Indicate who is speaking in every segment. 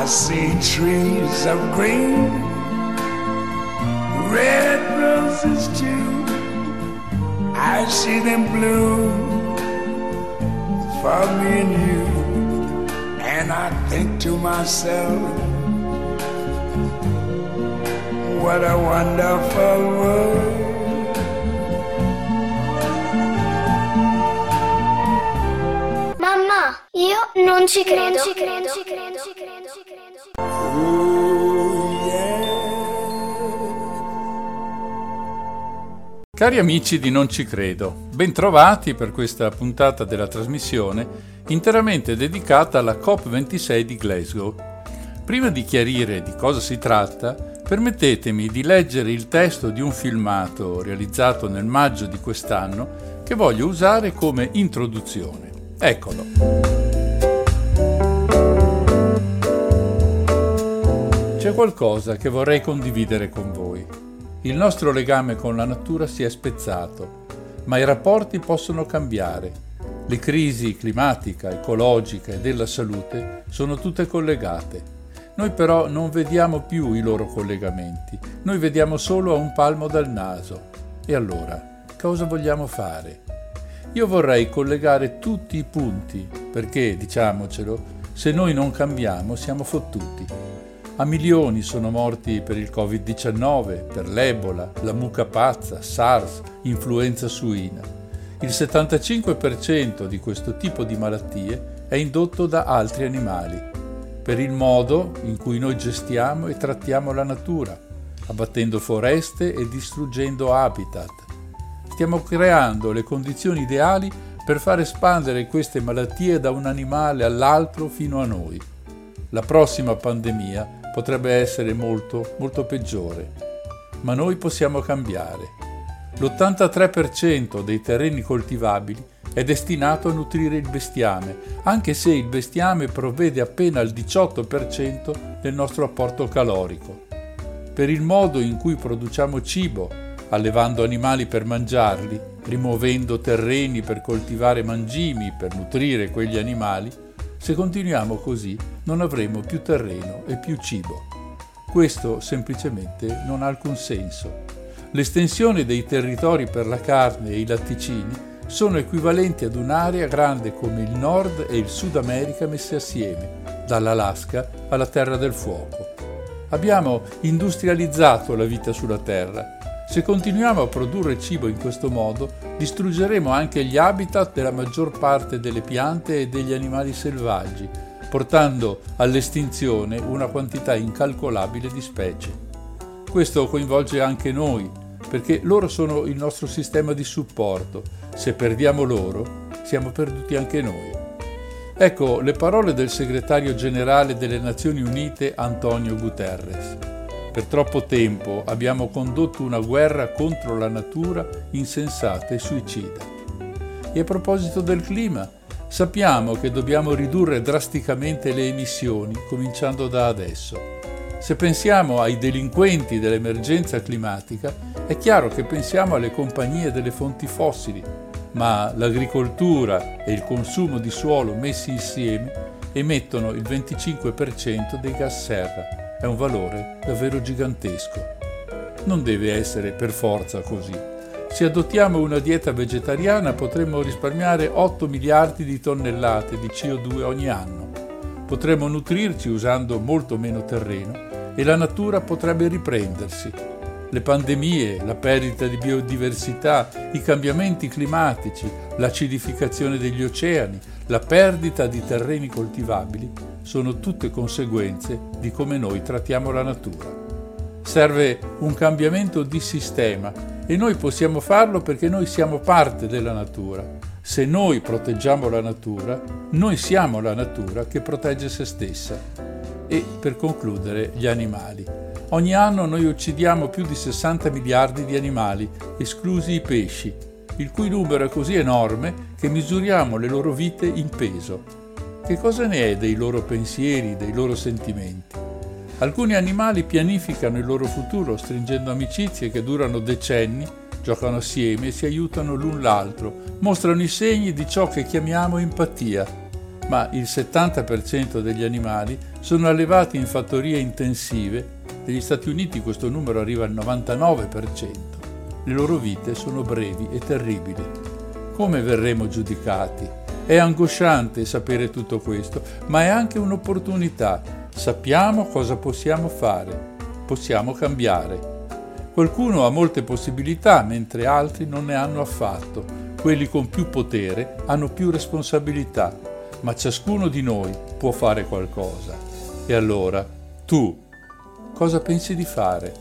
Speaker 1: see trees of green, red roses too. I see them bloom for me and you. And I think to myself, what a wonderful world.
Speaker 2: Mamma, io non ci credo.
Speaker 1: Oh, yeah.
Speaker 3: Cari amici di Non ci credo, bentrovati per questa puntata della trasmissione interamente dedicata alla COP26 di Glasgow. Prima di chiarire di cosa si tratta, permettetemi di leggere il testo di un filmato realizzato nel maggio di quest'anno che voglio usare come introduzione. Eccolo. C'è qualcosa che vorrei condividere con voi. Il nostro legame con la natura si è spezzato, ma i rapporti possono cambiare. Le crisi climatica, ecologica e della salute sono tutte collegate. Noi però non vediamo più i loro collegamenti, noi vediamo solo a un palmo dal naso. E allora, cosa vogliamo fare? Io vorrei collegare tutti i punti, perché, diciamocelo, se noi non cambiamo siamo fottuti. A milioni sono morti per il Covid-19, per l'Ebola, la mucca pazza, SARS, influenza suina. Il 75% di questo tipo di malattie è indotto da altri animali, per il modo in cui noi gestiamo e trattiamo la natura, abbattendo foreste e distruggendo habitat. Stiamo creando le condizioni ideali per far espandere queste malattie da un animale all'altro fino a noi. La prossima pandemia potrebbe essere molto, molto peggiore, ma noi possiamo cambiare. L'83% dei terreni coltivabili è destinato a nutrire il bestiame, anche se il bestiame provvede appena il 18% del nostro apporto calorico. Per il modo in cui produciamo cibo, allevando animali per mangiarli, rimuovendo terreni per coltivare mangimi per nutrire quegli animali, se continuiamo così non avremo più terreno e più cibo. Questo semplicemente non ha alcun senso. L'estensione dei territori per la carne e i latticini sono equivalenti ad un'area grande come il Nord e il Sud America messi assieme, dall'Alaska alla Terra del Fuoco. Abbiamo industrializzato la vita sulla Terra. Se continuiamo a produrre cibo in questo modo, distruggeremo anche gli habitat della maggior parte delle piante e degli animali selvaggi, portando all'estinzione una quantità incalcolabile di specie. Questo coinvolge anche noi, perché loro sono il nostro sistema di supporto. Se perdiamo loro, siamo perduti anche noi. Ecco le parole del segretario generale delle Nazioni Unite Antonio Guterres. Per troppo tempo abbiamo condotto una guerra contro la natura insensata e suicida. E a proposito del clima, sappiamo che dobbiamo ridurre drasticamente le emissioni, cominciando da adesso. Se pensiamo ai delinquenti dell'emergenza climatica, è chiaro che pensiamo alle compagnie delle fonti fossili, ma l'agricoltura e il consumo di suolo messi insieme emettono il 25% dei gas serra. È un valore davvero gigantesco. Non deve essere per forza così. Se adottiamo una dieta vegetariana potremmo risparmiare 8 miliardi di tonnellate di CO2 ogni anno. Potremmo nutrirci usando molto meno terreno e la natura potrebbe riprendersi. Le pandemie, la perdita di biodiversità, i cambiamenti climatici, l'acidificazione degli oceani, la perdita di terreni coltivabili sono tutte conseguenze di come noi trattiamo la natura. Serve un cambiamento di sistema e noi possiamo farlo perché noi siamo parte della natura. Se noi proteggiamo la natura, noi siamo la natura che protegge se stessa. E per concludere, gli animali. Ogni anno noi uccidiamo più di 60 miliardi di animali, esclusi i pesci, il cui numero è così enorme che misuriamo le loro vite in peso. Che cosa ne è dei loro pensieri, dei loro sentimenti? Alcuni animali pianificano il loro futuro stringendo amicizie che durano decenni, giocano assieme e si aiutano l'un l'altro, mostrano i segni di ciò che chiamiamo empatia. ma il 70% degli animali sono allevati in fattorie intensive. Negli Stati Uniti questo numero arriva al 99%. Le loro vite sono brevi e terribili. Come verremo giudicati? È angosciante sapere tutto questo, ma è anche un'opportunità. Sappiamo cosa possiamo fare. Possiamo cambiare. Qualcuno ha molte possibilità, mentre altri non ne hanno affatto. Quelli con più potere hanno più responsabilità, ma ciascuno di noi può fare qualcosa. E allora, tu, cosa pensi di fare?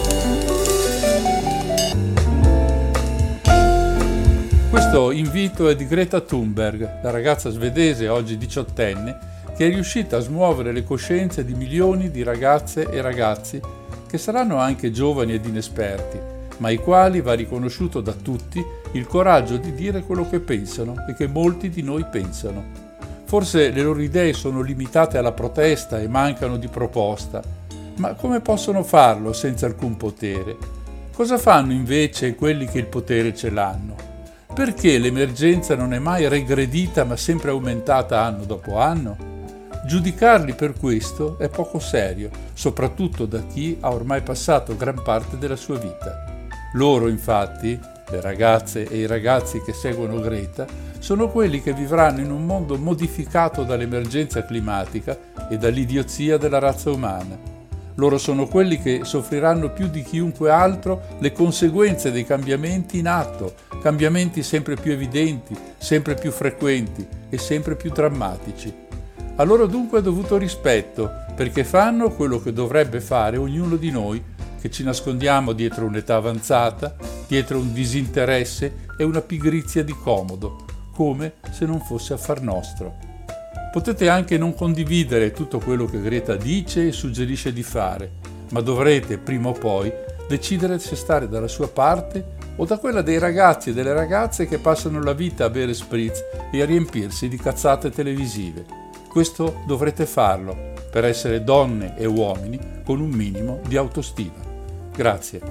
Speaker 3: Questo invito è di Greta Thunberg, la ragazza svedese, oggi 18enne, che è riuscita a smuovere le coscienze di milioni di ragazze e ragazzi che saranno anche giovani ed inesperti, ma ai quali va riconosciuto da tutti il coraggio di dire quello che pensano e che molti di noi pensano. Forse le loro idee sono limitate alla protesta e mancano di proposta, ma come possono farlo senza alcun potere? Cosa fanno invece quelli che il potere ce l'hanno? Perché l'emergenza non è mai regredita ma sempre aumentata anno dopo anno? Giudicarli per questo è poco serio, soprattutto da chi ha ormai passato gran parte della sua vita. Loro, infatti, le ragazze e i ragazzi che seguono Greta, sono quelli che vivranno in un mondo modificato dall'emergenza climatica e dall'idiozia della razza umana. Loro sono quelli che soffriranno più di chiunque altro le conseguenze dei cambiamenti in atto, cambiamenti sempre più evidenti, sempre più frequenti e sempre più drammatici. A loro dunque è dovuto rispetto, perché fanno quello che dovrebbe fare ognuno di noi, che ci nascondiamo dietro un'età avanzata, dietro un disinteresse e una pigrizia di comodo, come se non fosse affar nostro. Potete anche non condividere tutto quello che Greta dice e suggerisce di fare, ma dovrete, prima o poi, decidere se stare dalla sua parte o da quella dei ragazzi e delle ragazze che passano la vita a bere spritz e a riempirsi di cazzate televisive. Questo dovrete farlo per essere donne e uomini con un minimo di autostima. Grazie.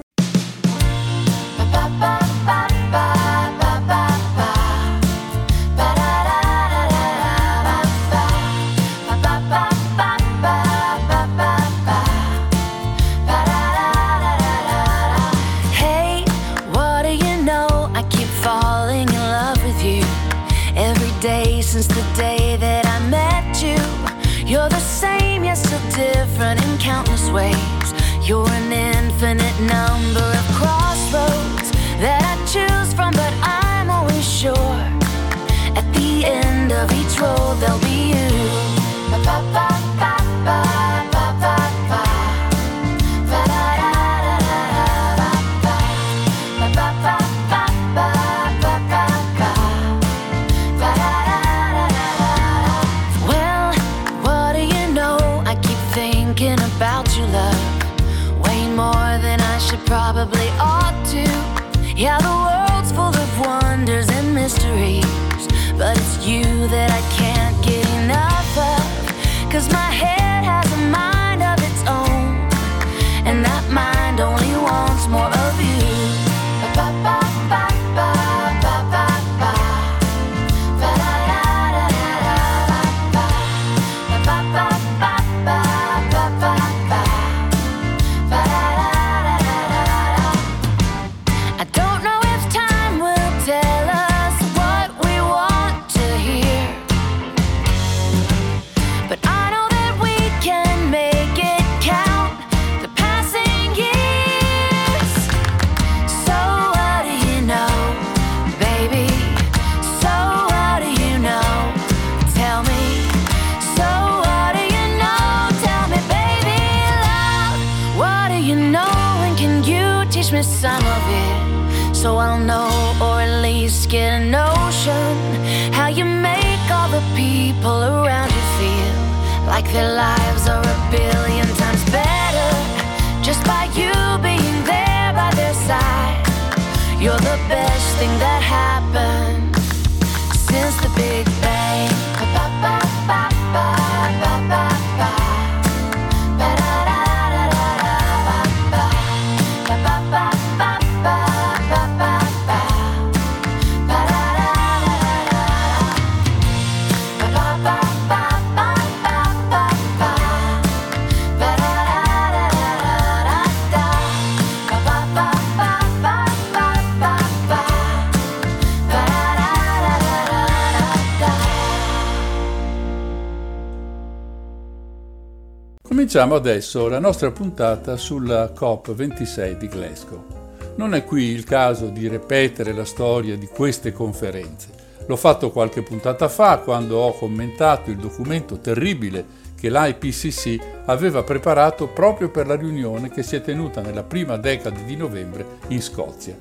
Speaker 4: Hey, what do you know? I keep falling in love with you every day since the day that I met you. You're the same, yet still different in countless ways. You're an infinite number of crossroads that I choose from, but I'm always sure at the end of each road there'll be you. Well, what do you know? I keep thinking about you, love, way more than I should probably ought to. Yeah, the world's full of wonders and mysteries, but it's you that I can't get enough of. 'Cause my head has a mind of its own, and that mind only wants more of you. I don't know if time will tell us what we want to hear, but I know that we can make it count, the passing years. So what do you know, baby? So what do you know? Tell me. So what do you know? Tell me, baby, love. What do you know, and can you teach me some of it? So I'll know, or at least get a notion, how you make all the people around you feel like their lives are a billion times better just by you being there by their side. You're the best thing that happened since the Big Bang. Ba
Speaker 3: Cominciamo adesso la nostra puntata sulla COP26 di Glasgow. Non è qui il caso di ripetere la storia di queste conferenze. L'ho fatto qualche puntata fa quando ho commentato il documento terribile che l'IPCC aveva preparato proprio per la riunione che si è tenuta nella prima decade di novembre in Scozia.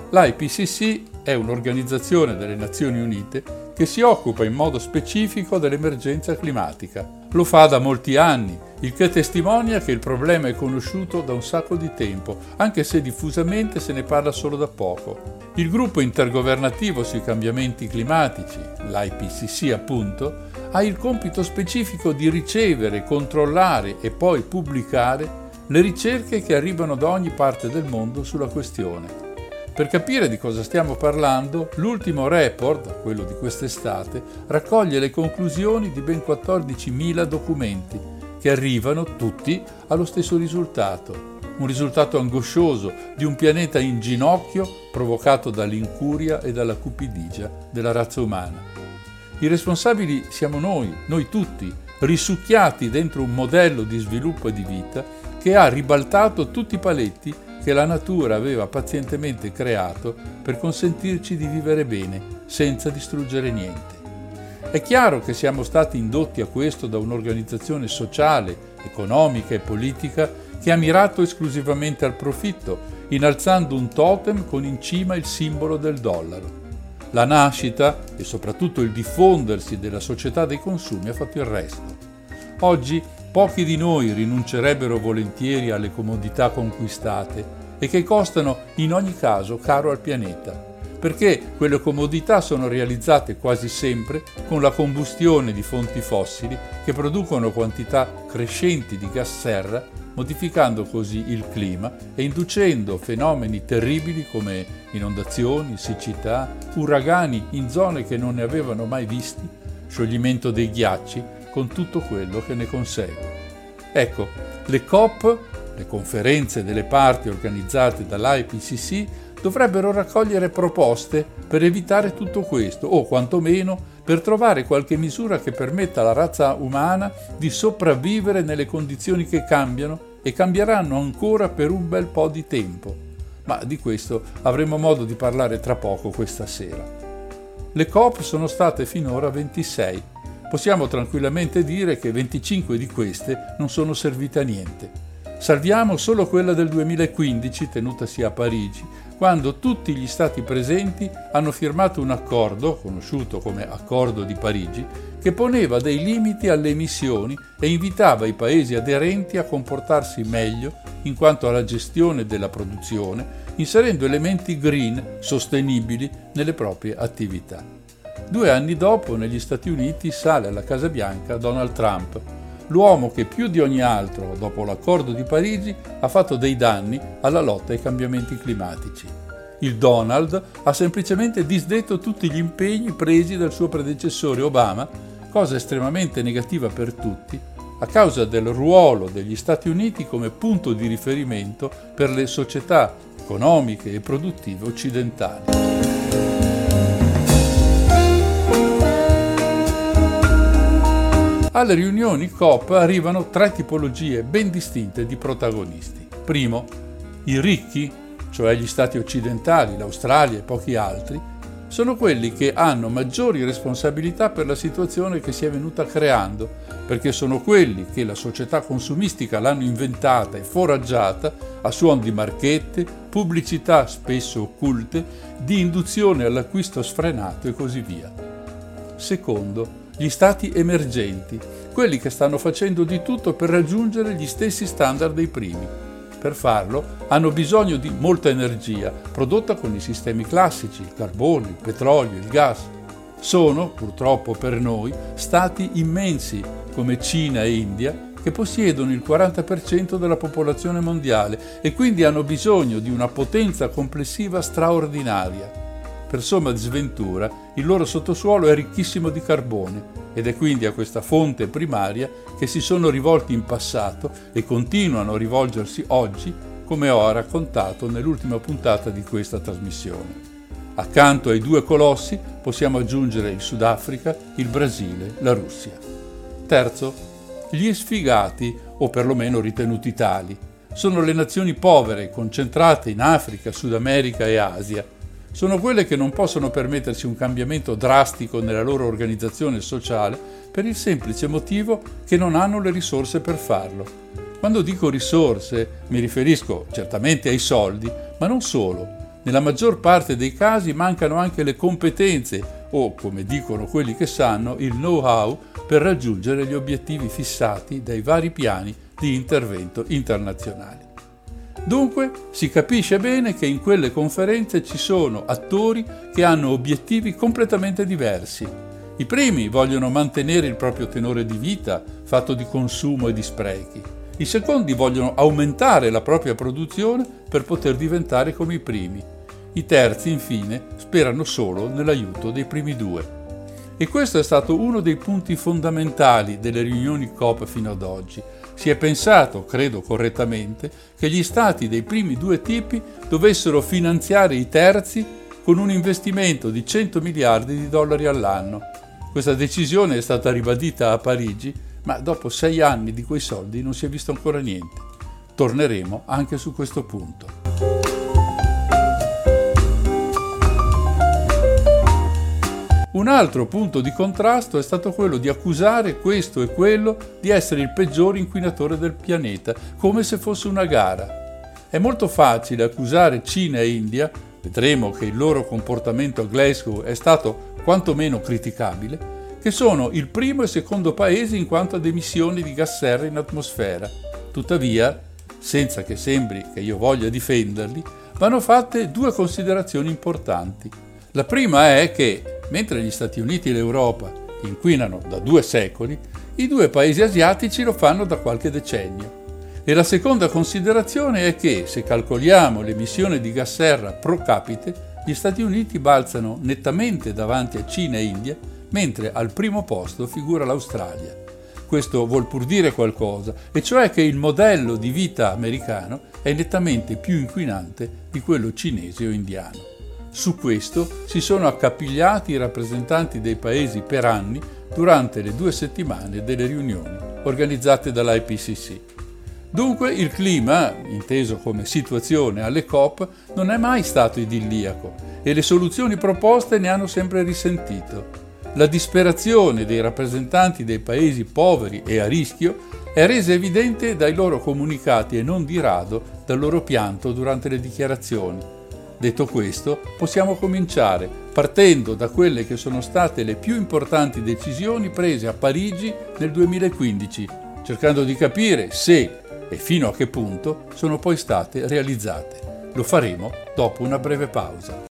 Speaker 3: L'IPCC è un'organizzazione delle Nazioni Unite che si occupa in modo specifico dell'emergenza climatica. Lo fa da molti anni, il che testimonia che il problema è conosciuto da un sacco di tempo, anche se diffusamente se ne parla solo da poco. Il gruppo intergovernativo sui cambiamenti climatici, l'IPCC appunto, ha il compito specifico di ricevere, controllare e poi pubblicare le ricerche che arrivano da ogni parte del mondo sulla questione. Per capire di cosa stiamo parlando, l'ultimo report, quello di quest'estate, raccoglie le conclusioni di ben 14.000 documenti che arrivano tutti allo stesso risultato. Un risultato angoscioso di un pianeta in ginocchio provocato dall'incuria e dalla cupidigia della razza umana. I responsabili siamo noi tutti, risucchiati dentro un modello di sviluppo e di vita che ha ribaltato tutti i paletti che la natura aveva pazientemente creato per consentirci di vivere bene, senza distruggere niente. È chiaro che siamo stati indotti a questo da un'organizzazione sociale, economica e politica che ha mirato esclusivamente al profitto, innalzando un totem con in cima il simbolo del dollaro. La nascita e soprattutto il diffondersi della società dei consumi ha fatto il resto. Oggi pochi di noi rinuncerebbero volentieri alle comodità conquistate e che costano in ogni caso caro al pianeta, perché quelle comodità sono realizzate quasi sempre con la combustione di fonti fossili che producono quantità crescenti di gas serra, modificando così il clima e inducendo fenomeni terribili come inondazioni, siccità, uragani in zone che non ne avevano mai visti, scioglimento dei ghiacci, con tutto quello che ne consegue. Ecco, le COP, le conferenze delle parti organizzate dall'IPCC, dovrebbero raccogliere proposte per evitare tutto questo, o quantomeno per trovare qualche misura che permetta alla razza umana di sopravvivere nelle condizioni che cambiano e cambieranno ancora per un bel po' di tempo. Ma di questo avremo modo di parlare tra poco questa sera. Le COP sono state finora 26. Possiamo tranquillamente dire che 25 di queste non sono servite a niente. Salviamo solo quella del 2015, tenutasi a Parigi, quando tutti gli stati presenti hanno firmato un accordo, conosciuto come Accordo di Parigi, che poneva dei limiti alle emissioni e invitava i paesi aderenti a comportarsi meglio in quanto alla gestione della produzione, inserendo elementi green sostenibili nelle proprie attività. 2 anni dopo, negli Stati Uniti sale alla Casa Bianca Donald Trump, l'uomo che più di ogni altro, dopo l'accordo di Parigi, ha fatto dei danni alla lotta ai cambiamenti climatici. Il Donald ha semplicemente disdetto tutti gli impegni presi dal suo predecessore Obama, cosa estremamente negativa per tutti, a causa del ruolo degli Stati Uniti come punto di riferimento per le società economiche e produttive occidentali. Alle riunioni COP arrivano 3 tipologie ben distinte di protagonisti. Primo, i ricchi, cioè gli stati occidentali, l'Australia e pochi altri, sono quelli che hanno maggiori responsabilità per la situazione che si è venuta creando, perché sono quelli che la società consumistica l'hanno inventata e foraggiata a suon di marchette, pubblicità spesso occulte, di induzione all'acquisto sfrenato e così via. Secondo, gli stati emergenti, quelli che stanno facendo di tutto per raggiungere gli stessi standard dei primi. Per farlo hanno bisogno di molta energia prodotta con i sistemi classici, il carbone, il petrolio, il gas. Sono, purtroppo per noi, stati immensi come Cina e India che possiedono il 40% della popolazione mondiale e quindi hanno bisogno di una potenza complessiva straordinaria. Per somma di sventura, il loro sottosuolo è ricchissimo di carbone ed è quindi a questa fonte primaria che si sono rivolti in passato e continuano a rivolgersi oggi, come ho raccontato nell'ultima puntata di questa trasmissione. Accanto ai 2 colossi possiamo aggiungere il Sudafrica, il Brasile, la Russia. Terzo, gli sfigati o perlomeno ritenuti tali. Sono le nazioni povere, concentrate in Africa, Sud America e Asia. Sono quelle che non possono permettersi un cambiamento drastico nella loro organizzazione sociale per il semplice motivo che non hanno le risorse per farlo. Quando dico risorse mi riferisco certamente ai soldi, ma non solo. Nella maggior parte dei casi mancano anche le competenze o, come dicono quelli che sanno, il know-how per raggiungere gli obiettivi fissati dai vari piani di intervento internazionali. Dunque si capisce bene che in quelle conferenze ci sono attori che hanno obiettivi completamente diversi. I primi vogliono mantenere il proprio tenore di vita, fatto di consumo e di sprechi. I secondi vogliono aumentare la propria produzione per poter diventare come i primi. I terzi, infine, sperano solo nell'aiuto dei primi due. E questo è stato uno dei punti fondamentali delle riunioni COP fino ad oggi. Si è pensato, credo correttamente, che gli stati dei primi due tipi dovessero finanziare i terzi con un investimento di 100 miliardi di dollari all'anno. Questa decisione è stata ribadita a Parigi, ma dopo 6 anni di quei soldi non si è visto ancora niente. Torneremo anche su questo punto. Un altro punto di contrasto è stato quello di accusare questo e quello di essere il peggiore inquinatore del pianeta, come se fosse una gara. È molto facile accusare Cina e India, vedremo che il loro comportamento a Glasgow è stato quantomeno criticabile, che sono il primo e secondo paese in quanto ad emissioni di gas serra in atmosfera. Tuttavia, senza che sembri che io voglia difenderli, vanno fatte due considerazioni importanti. La prima è che, mentre gli Stati Uniti e l'Europa inquinano da 2 secoli, i 2 paesi asiatici lo fanno da qualche decennio. E la seconda considerazione è che, se calcoliamo l'emissione di gas serra pro capite, gli Stati Uniti balzano nettamente davanti a Cina e India, mentre al primo posto figura l'Australia. Questo vuol pur dire qualcosa, e cioè che il modello di vita americano è nettamente più inquinante di quello cinese o indiano. Su questo si sono accapigliati i rappresentanti dei paesi per anni durante le 2 settimane delle riunioni organizzate dall'IPCC. Dunque il clima, inteso come situazione alle COP, non è mai stato idilliaco e le soluzioni proposte ne hanno sempre risentito. La disperazione dei rappresentanti dei paesi poveri e a rischio è resa evidente dai loro comunicati e non di rado dal loro pianto durante le dichiarazioni. Detto questo, possiamo cominciare partendo da quelle che sono state le più importanti decisioni prese a Parigi nel 2015, cercando di capire se e fino a che punto sono poi state realizzate. Lo faremo dopo una breve pausa.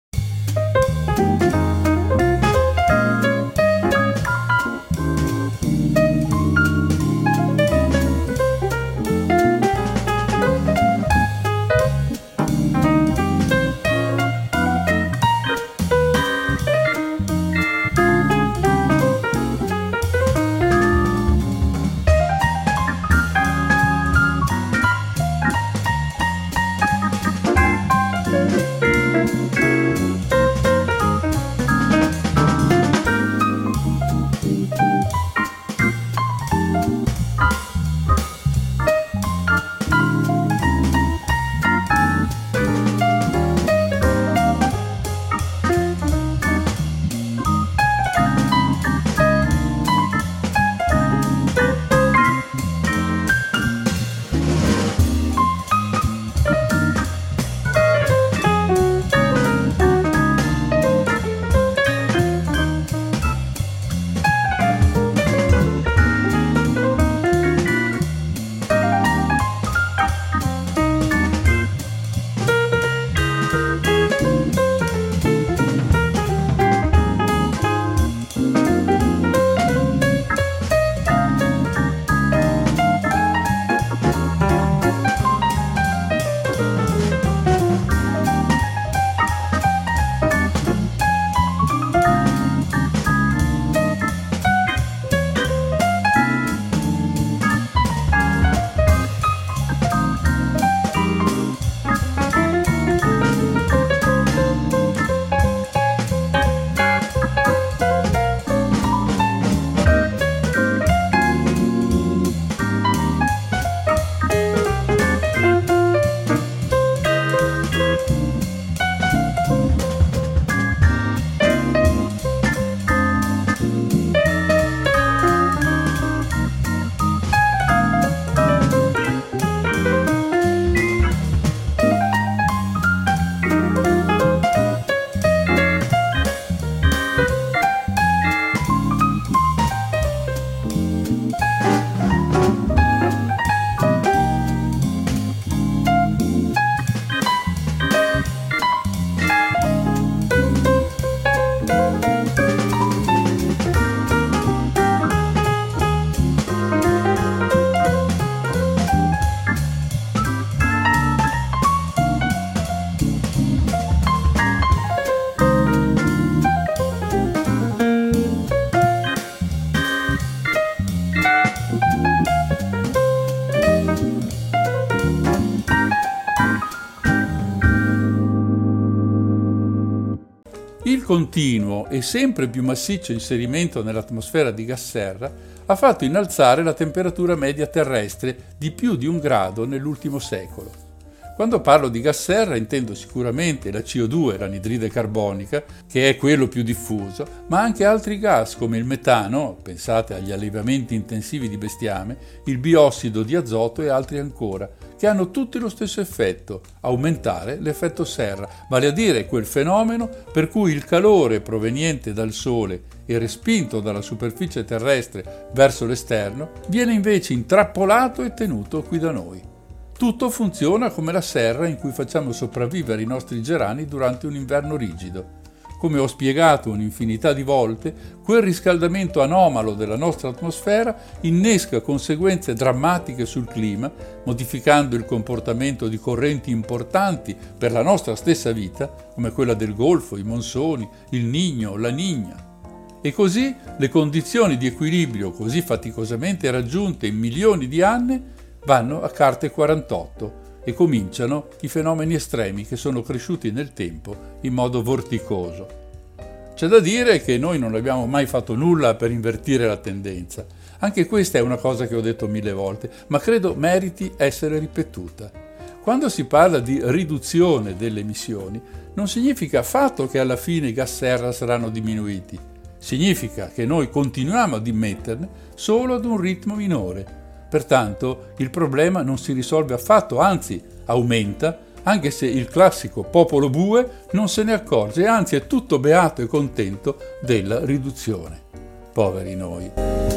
Speaker 3: continuo e sempre più massiccio inserimento nell'atmosfera di gas serra ha fatto innalzare la temperatura media terrestre di più di 1 grado nell'ultimo secolo. Quando parlo di gas serra intendo sicuramente la CO2, l'anidride carbonica, che è quello più diffuso, ma anche altri gas come il metano, pensate agli allevamenti intensivi di bestiame, il biossido di azoto e altri ancora, che hanno tutti lo stesso effetto, aumentare l'effetto serra, vale a dire quel fenomeno per cui il calore proveniente dal Sole e respinto dalla superficie terrestre verso l'esterno viene invece intrappolato e tenuto qui da noi. Tutto funziona come la serra in cui facciamo sopravvivere i nostri gerani durante un inverno rigido. Come ho spiegato un'infinità di volte, quel riscaldamento anomalo della nostra atmosfera innesca conseguenze drammatiche sul clima, modificando il comportamento di correnti importanti per la nostra stessa vita, come quella del Golfo, i monsoni, il Niño, la Niña. E così le condizioni di equilibrio così faticosamente raggiunte in milioni di anni vanno a carte 48 e cominciano i fenomeni estremi che sono cresciuti nel tempo in modo vorticoso. C'è da dire che noi non abbiamo mai fatto nulla per invertire la tendenza. Anche questa è una cosa che ho detto 1000 volte, ma credo meriti essere ripetuta. Quando si parla di riduzione delle emissioni, non significa affatto che alla fine i gas serra saranno diminuiti. Significa che noi continuiamo ad immetterne solo ad un ritmo minore. Pertanto il problema non si risolve affatto, anzi aumenta, anche se il classico popolo bue non se ne accorge e anzi è tutto beato e contento della riduzione. Poveri noi.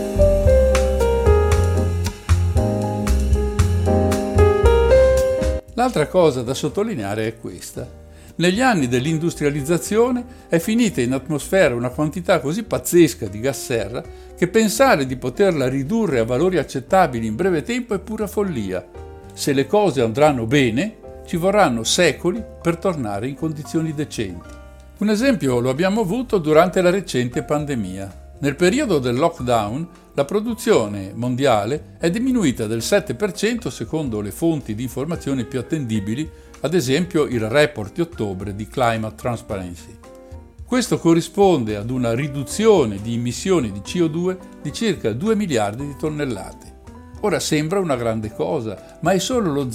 Speaker 3: L'altra cosa da sottolineare è questa. Negli anni dell'industrializzazione è finita in atmosfera una quantità così pazzesca di gas serra che pensare di poterla ridurre a valori accettabili in breve tempo è pura follia. Se le cose andranno bene, ci vorranno secoli per tornare in condizioni decenti. Un esempio lo abbiamo avuto durante la recente pandemia. Nel periodo del lockdown, la produzione mondiale è diminuita del 7% secondo le fonti di informazione più attendibili, ad esempio il report di ottobre di Climate Transparency. Questo corrisponde ad una riduzione di emissioni di CO2 di circa 2 miliardi di tonnellate. Ora sembra una grande cosa, ma è solo lo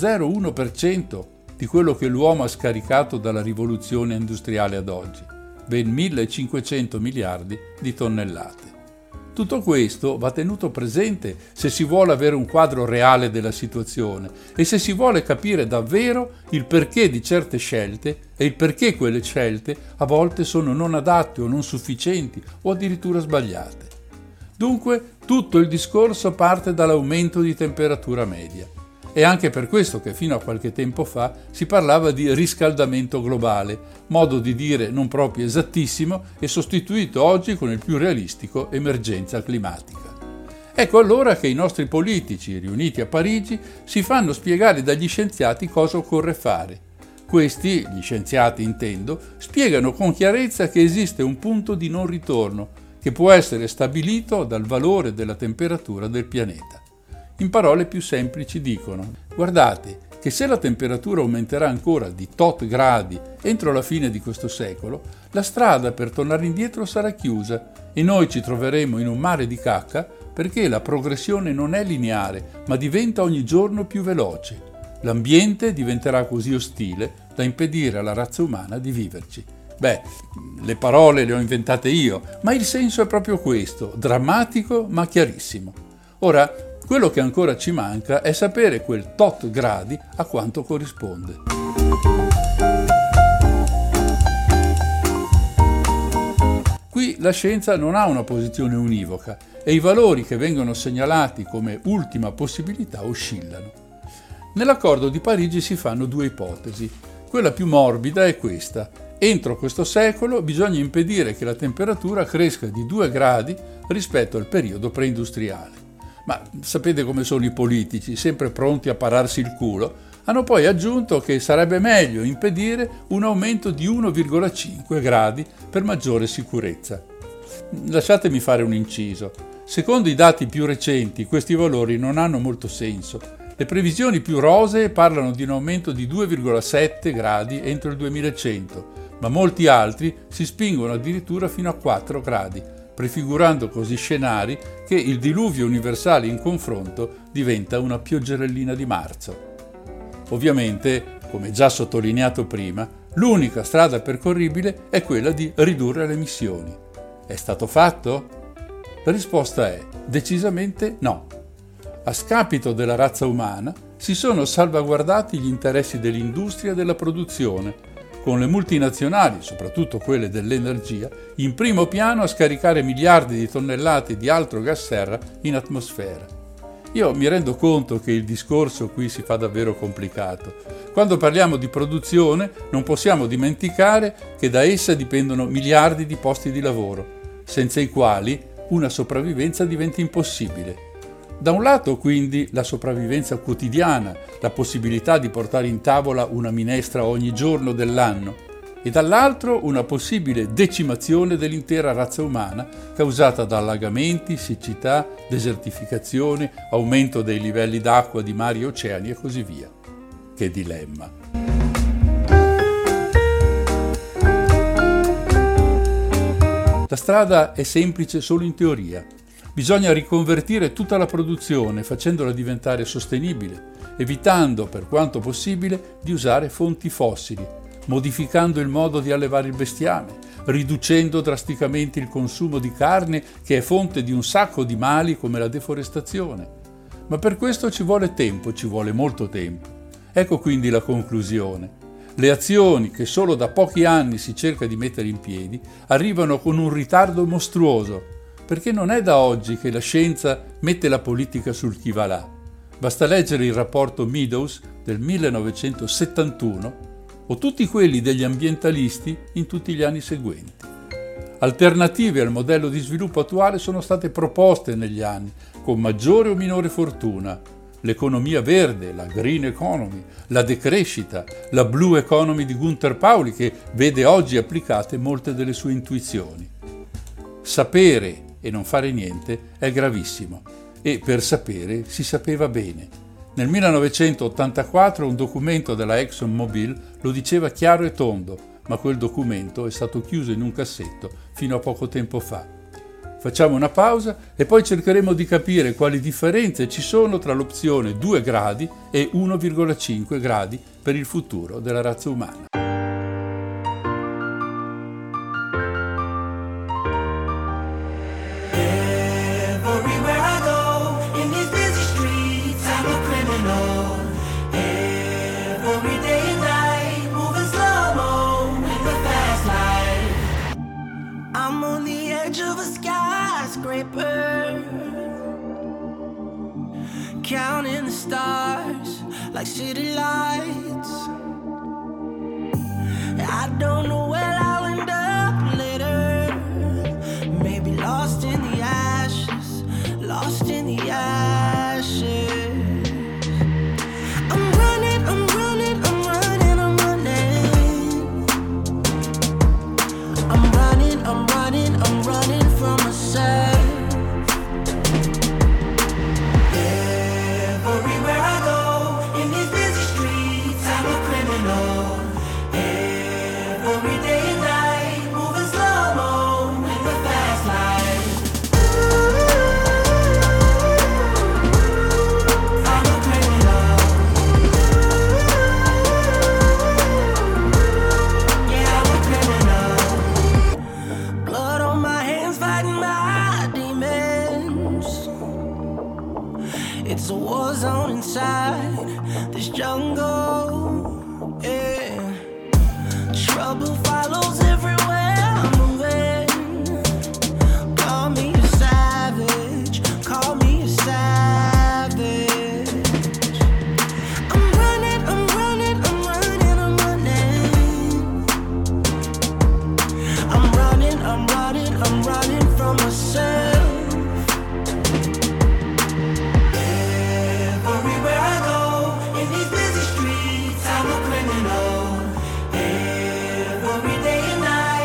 Speaker 3: 0,1% di quello che l'uomo ha scaricato dalla rivoluzione industriale ad oggi, ben 1.500 miliardi di tonnellate. Tutto questo va tenuto presente se si vuole avere un quadro reale della situazione e se si vuole capire davvero il perché di certe scelte e il perché quelle scelte a volte sono non adatte o non sufficienti o addirittura sbagliate. Dunque, tutto il discorso parte dall'aumento di temperatura media. È anche per questo che fino a qualche tempo fa si parlava di riscaldamento globale, modo di dire non proprio esattissimo e sostituito oggi con il più realistico emergenza climatica. Ecco allora che i nostri politici, riuniti a Parigi, si fanno spiegare dagli scienziati cosa occorre fare. Questi, gli scienziati intendo, spiegano con chiarezza che esiste un punto di non ritorno che può essere stabilito dal valore della temperatura del pianeta. In parole più semplici dicono: guardate che se la temperatura aumenterà ancora di tot gradi entro la fine di questo secolo, la strada per tornare indietro sarà chiusa e noi ci troveremo in un mare di cacca perché la progressione non è lineare, ma diventa ogni giorno più veloce. L'ambiente diventerà così ostile da impedire alla razza umana di viverci. Beh, le parole le ho inventate io, ma il senso è proprio questo, drammatico ma chiarissimo. Ora, quello che ancora ci manca è sapere quel tot gradi a quanto corrisponde. Qui la scienza non ha una posizione univoca e i valori che vengono segnalati come ultima possibilità oscillano. Nell'accordo di Parigi si fanno due ipotesi. Quella più morbida è questa: entro questo secolo bisogna impedire che la temperatura cresca di 2 gradi rispetto al periodo preindustriale. Ma sapete come sono i politici, sempre pronti a pararsi il culo? Hanno poi aggiunto che sarebbe meglio impedire un aumento di 1,5 gradi per maggiore sicurezza. Lasciatemi fare un inciso. Secondo i dati più recenti, questi valori non hanno molto senso. Le previsioni più rosee parlano di un aumento di 2,7 gradi entro il 2100, ma molti altri si spingono addirittura fino a 4 gradi, prefigurando così scenari che il diluvio universale in confronto diventa una pioggerellina di marzo. Ovviamente, come già sottolineato prima, l'unica strada percorribile è quella di ridurre le emissioni. È stato fatto? La risposta è decisamente no. A scapito della razza umana si sono salvaguardati gli interessi dell'industria e della produzione, con le multinazionali, soprattutto quelle dell'energia, in primo piano a scaricare miliardi di tonnellate di altro gas serra in atmosfera. Io mi rendo conto che il discorso qui si fa davvero complicato. Quando parliamo di produzione non possiamo dimenticare che da essa dipendono miliardi di posti di lavoro, senza i quali una sopravvivenza diventa impossibile. Da un lato quindi la sopravvivenza quotidiana, la possibilità di portare in tavola una minestra ogni giorno dell'anno, e dall'altro una possibile decimazione dell'intera razza umana causata da allagamenti, siccità, desertificazione, aumento dei livelli d'acqua di mari e oceani e così via. Che dilemma! La strada è semplice solo in teoria. Bisogna riconvertire tutta la produzione facendola diventare sostenibile, evitando per quanto possibile di usare fonti fossili, modificando il modo di allevare il bestiame, riducendo drasticamente il consumo di carne che è fonte di un sacco di mali come la deforestazione. Ma per questo ci vuole tempo, ci vuole molto tempo. Ecco quindi la conclusione. Le azioni che solo da pochi anni si cerca di mettere in piedi arrivano con un ritardo mostruoso, perché non è da oggi che la scienza mette la politica sul chi va là. Basta leggere il rapporto Meadows del 1971 o tutti quelli degli ambientalisti in tutti gli anni seguenti. Alternative al modello di sviluppo attuale sono state proposte negli anni, con maggiore o minore fortuna. L'economia verde, la green economy, la decrescita, la blue economy di Gunther Pauli, che vede oggi applicate molte delle sue intuizioni. Sapere e non fare niente è gravissimo, e per sapere si sapeva bene. Nel 1984 un documento della ExxonMobil lo diceva chiaro e tondo, ma quel documento è stato chiuso in un cassetto fino a poco tempo fa. Facciamo una pausa e poi cercheremo di capire quali differenze ci sono tra l'opzione 2 gradi e 1,5 gradi per il futuro della razza umana.
Speaker 5: Counting the stars like city lights. I don't know where I'll end up later. Maybe lost in the ashes, lost in the ashes. I'm running, I'm running, I'm running, I'm running. I'm running, I'm running, I'm running from myself. It's a war zone inside this jungle, yeah. Trouble follows everywhere I'm moving. Call me a savage, call me a savage. I'm running, I'm running, I'm running, I'm running. I'm running, I'm running, I'm running from myself. Every day and night.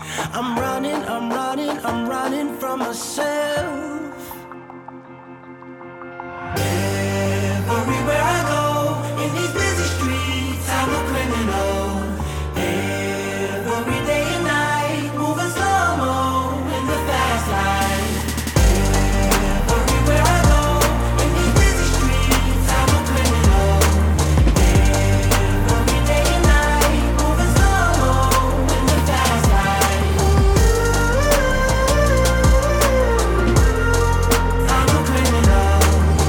Speaker 5: I'm running from myself. Everywhere I go, in these busy streets, I'm a criminal. Every day and night, moving slow-mo in the fast lane. Everywhere I go, in these busy streets, I'm a criminal. Every day and night, moving slow-mo in the fast lane. I'm a criminal.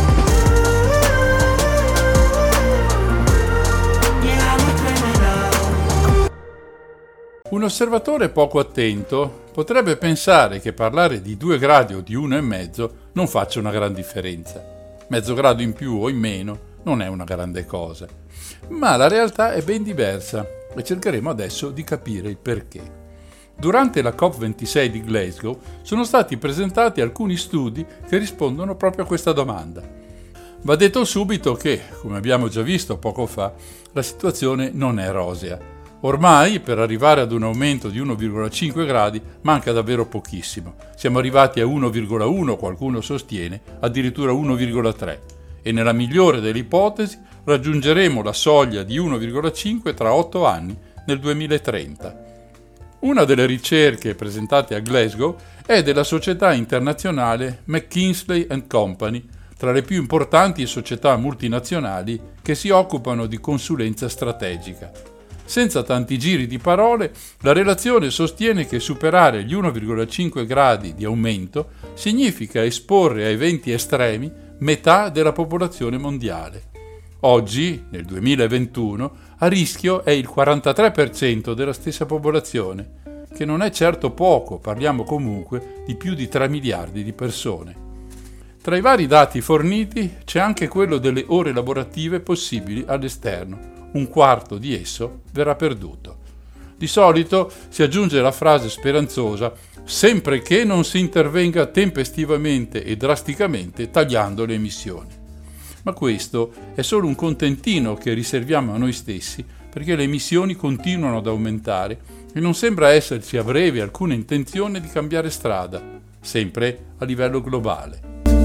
Speaker 5: Yeah, I'm a criminal.
Speaker 3: Un osservatore poco attento potrebbe pensare che parlare di 2 gradi o di 1,5 non faccia una gran differenza. Mezzo grado in più o in meno non è una grande cosa. Ma la realtà è ben diversa e cercheremo adesso di capire il perché. Durante la COP26 di Glasgow sono stati presentati alcuni studi che rispondono proprio a questa domanda. Va detto subito che, come abbiamo già visto poco fa, la situazione non è rosea. Ormai, per arrivare ad un aumento di 1,5 gradi, manca davvero pochissimo. Siamo arrivati a 1,1, qualcuno sostiene, addirittura 1,3. E nella migliore delle ipotesi raggiungeremo la soglia di 1,5 tra 8 anni, nel 2030. Una delle ricerche presentate a Glasgow è della società internazionale McKinsey & Company, tra le più importanti società multinazionali che si occupano di consulenza strategica. Senza tanti giri di parole, la relazione sostiene che superare gli 1,5 gradi di aumento significa esporre a eventi estremi metà della popolazione mondiale. Oggi, nel 2021, a rischio è il 43% della stessa popolazione, che non è certo poco, parliamo comunque di più di 3 miliardi di persone. Tra i vari dati forniti c'è anche quello delle ore lavorative possibili all'esterno. Un quarto di esso verrà perduto. Di solito si aggiunge la frase speranzosa sempre che non si intervenga tempestivamente e drasticamente tagliando le emissioni. Ma questo è solo un contentino che riserviamo a noi stessi perché le emissioni continuano ad aumentare e non sembra esserci a breve alcuna intenzione di cambiare strada, sempre a livello globale.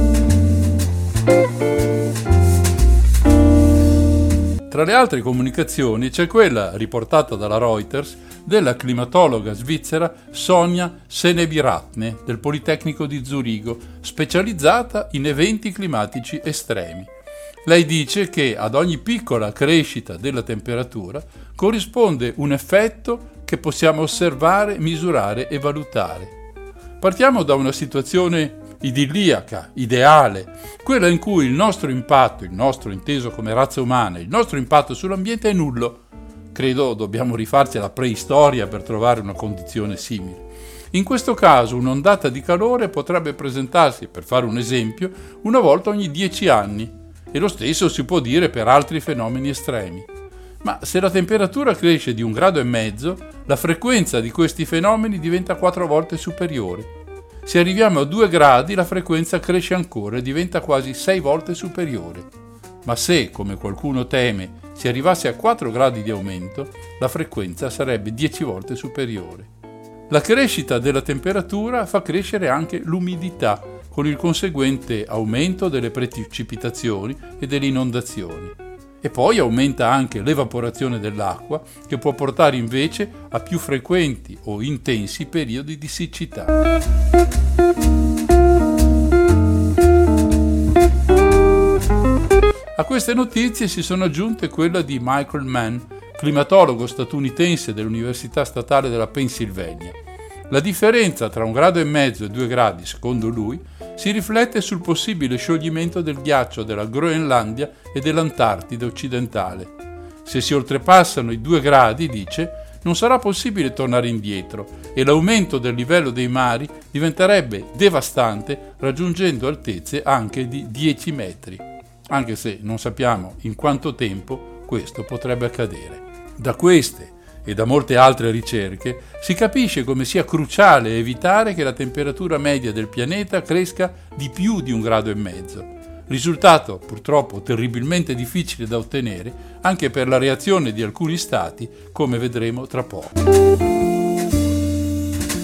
Speaker 3: Tra le altre comunicazioni c'è quella, riportata dalla Reuters, della climatologa svizzera Sonja Seneviratne del Politecnico di Zurigo, specializzata in eventi climatici estremi. Lei dice che ad ogni piccola crescita della temperatura corrisponde un effetto che possiamo osservare, misurare e valutare. Partiamo da una situazione idilliaca, ideale, quella in cui il nostro impatto, il nostro inteso come razza umana, il nostro impatto sull'ambiente è nullo. Credo dobbiamo rifarci alla preistoria per trovare una condizione simile. In questo caso un'ondata di calore potrebbe presentarsi, per fare un esempio, una volta ogni 10 anni, e lo stesso si può dire per altri fenomeni estremi. Ma se la temperatura cresce di 1,5 gradi, la frequenza di questi fenomeni diventa 4 volte superiore. Se arriviamo a 2 gradi, la frequenza cresce ancora e diventa quasi 6 volte superiore. Ma se, come qualcuno teme, si arrivasse a 4 gradi di aumento, la frequenza sarebbe 10 volte superiore. La crescita della temperatura fa crescere anche l'umidità, con il conseguente aumento delle precipitazioni e delle inondazioni. E poi aumenta anche l'evaporazione dell'acqua, che può portare invece a più frequenti o intensi periodi di siccità. A queste notizie si sono aggiunte quella di Michael Mann, climatologo statunitense dell'Università Statale della Pennsylvania. La differenza tra 1,5 gradi e 2 gradi, secondo lui, si riflette sul possibile scioglimento del ghiaccio della Groenlandia e dell'Antartide occidentale. Se si oltrepassano i 2 gradi, dice, non sarà possibile tornare indietro e l'aumento del livello dei mari diventerebbe devastante, raggiungendo altezze anche di 10 metri, anche se non sappiamo in quanto tempo questo potrebbe accadere. Da queste e da molte altre ricerche si capisce come sia cruciale evitare che la temperatura media del pianeta cresca di più di 1,5 gradi. Risultato purtroppo terribilmente difficile da ottenere anche per la reazione di alcuni stati, come vedremo tra poco.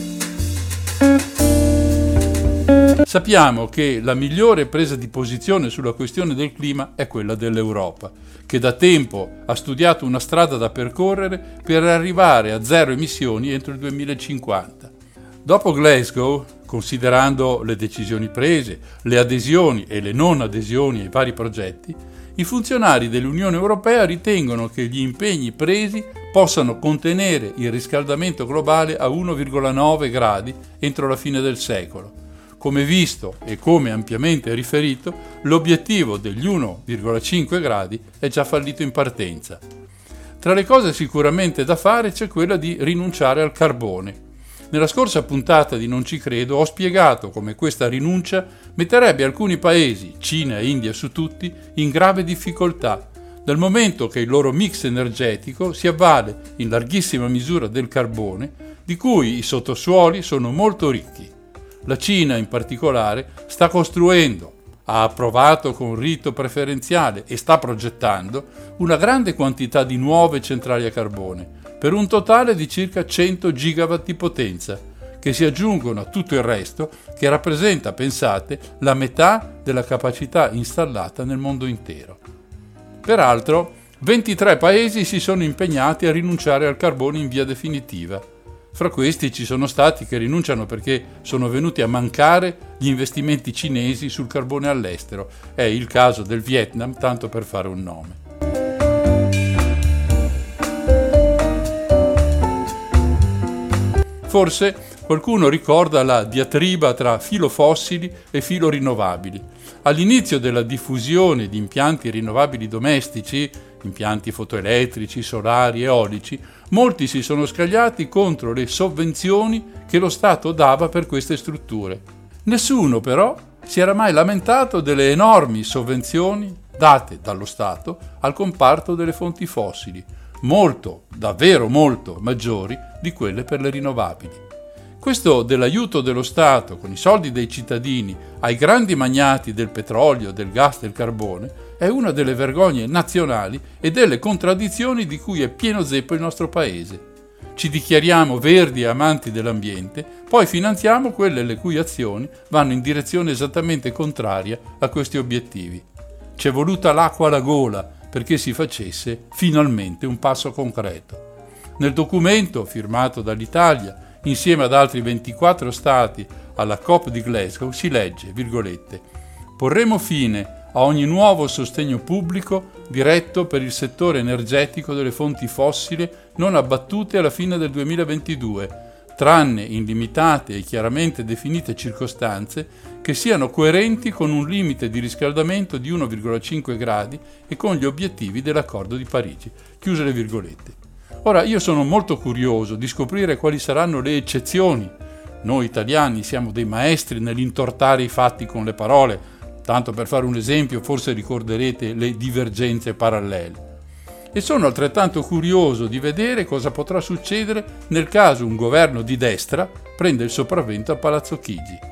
Speaker 3: Sappiamo che la migliore presa di posizione sulla questione del clima è quella dell'Europa, che da tempo ha studiato una strada da percorrere per arrivare a zero emissioni entro il 2050. Dopo Glasgow, considerando le decisioni prese, le adesioni e le non adesioni ai vari progetti, i funzionari dell'Unione Europea ritengono che gli impegni presi possano contenere il riscaldamento globale a 1,9 gradi entro la fine del secolo. Come visto e come ampiamente riferito, l'obiettivo degli 1,5 gradi è già fallito in partenza. Tra le cose sicuramente da fare c'è quella di rinunciare al carbone. Nella scorsa puntata di Non ci credo ho spiegato come questa rinuncia metterebbe alcuni paesi, Cina e India su tutti, in grave difficoltà, dal momento che il loro mix energetico si avvale in larghissima misura del carbone, di cui i sottosuoli sono molto ricchi. La Cina in particolare sta costruendo, ha approvato con rito preferenziale e sta progettando una grande quantità di nuove centrali a carbone, per un totale di circa 100 gigawatt di potenza, che si aggiungono a tutto il resto, che rappresenta, pensate, la metà della capacità installata nel mondo intero. Peraltro, 23 paesi si sono impegnati a rinunciare al carbone in via definitiva. Fra questi ci sono stati che rinunciano perché sono venuti a mancare gli investimenti cinesi sul carbone all'estero. È il caso del Vietnam, tanto per fare un nome. Forse qualcuno ricorda la diatriba tra filo fossili e filo rinnovabili. All'inizio della diffusione di impianti rinnovabili domestici, impianti fotoelettrici, solari, eolici, molti si sono scagliati contro le sovvenzioni che lo Stato dava per queste strutture. Nessuno però si era mai lamentato delle enormi sovvenzioni date dallo Stato al comparto delle fonti fossili, molto, davvero molto maggiori di quelle per le rinnovabili. Questo dell'aiuto dello Stato con i soldi dei cittadini ai grandi magnati del petrolio, del gas, del carbone è una delle vergogne nazionali e delle contraddizioni di cui è pieno zeppo il nostro paese. Ci dichiariamo verdi e amanti dell'ambiente, poi finanziamo quelle le cui azioni vanno in direzione esattamente contraria a questi obiettivi. C'è voluta l'acqua alla gola perché si facesse finalmente un passo concreto. Nel documento firmato dall'Italia, insieme ad altri 24 stati alla COP di Glasgow, si legge, virgolette, «Porremo fine a ogni nuovo sostegno pubblico diretto per il settore energetico delle fonti fossili non abbattute alla fine del 2022, tranne in limitate e chiaramente definite circostanze che siano coerenti con un limite di riscaldamento di 1,5 gradi e con gli obiettivi dell'Accordo di Parigi». Chiuse le virgolette. Ora, io sono molto curioso di scoprire quali saranno le eccezioni. Noi italiani siamo dei maestri nell'intortare i fatti con le parole. Tanto per fare un esempio, forse ricorderete le divergenze parallele. E sono altrettanto curioso di vedere cosa potrà succedere nel caso un governo di destra prenda il sopravvento a Palazzo Chigi.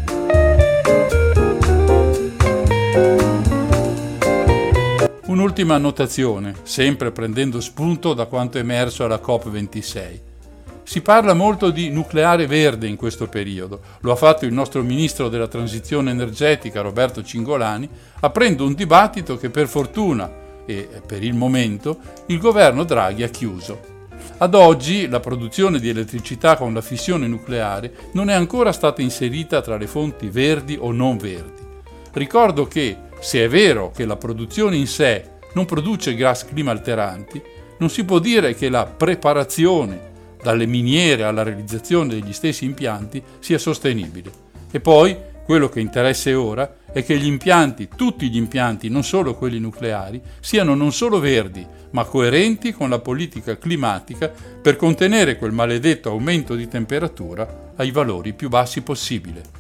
Speaker 3: Un'ultima annotazione, sempre prendendo spunto da quanto emerso alla COP26. Si parla molto di nucleare verde in questo periodo. Lo ha fatto il nostro ministro della transizione energetica, Roberto Cingolani, aprendo un dibattito che per fortuna e per il momento il governo Draghi ha chiuso. Ad oggi la produzione di elettricità con la fissione nucleare non è ancora stata inserita tra le fonti verdi o non verdi. Ricordo che, se è vero che la produzione in sé non produce gas climalteranti, non si può dire che la preparazione dalle miniere alla realizzazione degli stessi impianti sia sostenibile. E poi, quello che interessa ora è che gli impianti, tutti gli impianti, non solo quelli nucleari, siano non solo verdi, ma coerenti con la politica climatica per contenere quel maledetto aumento di temperatura ai valori più bassi possibile.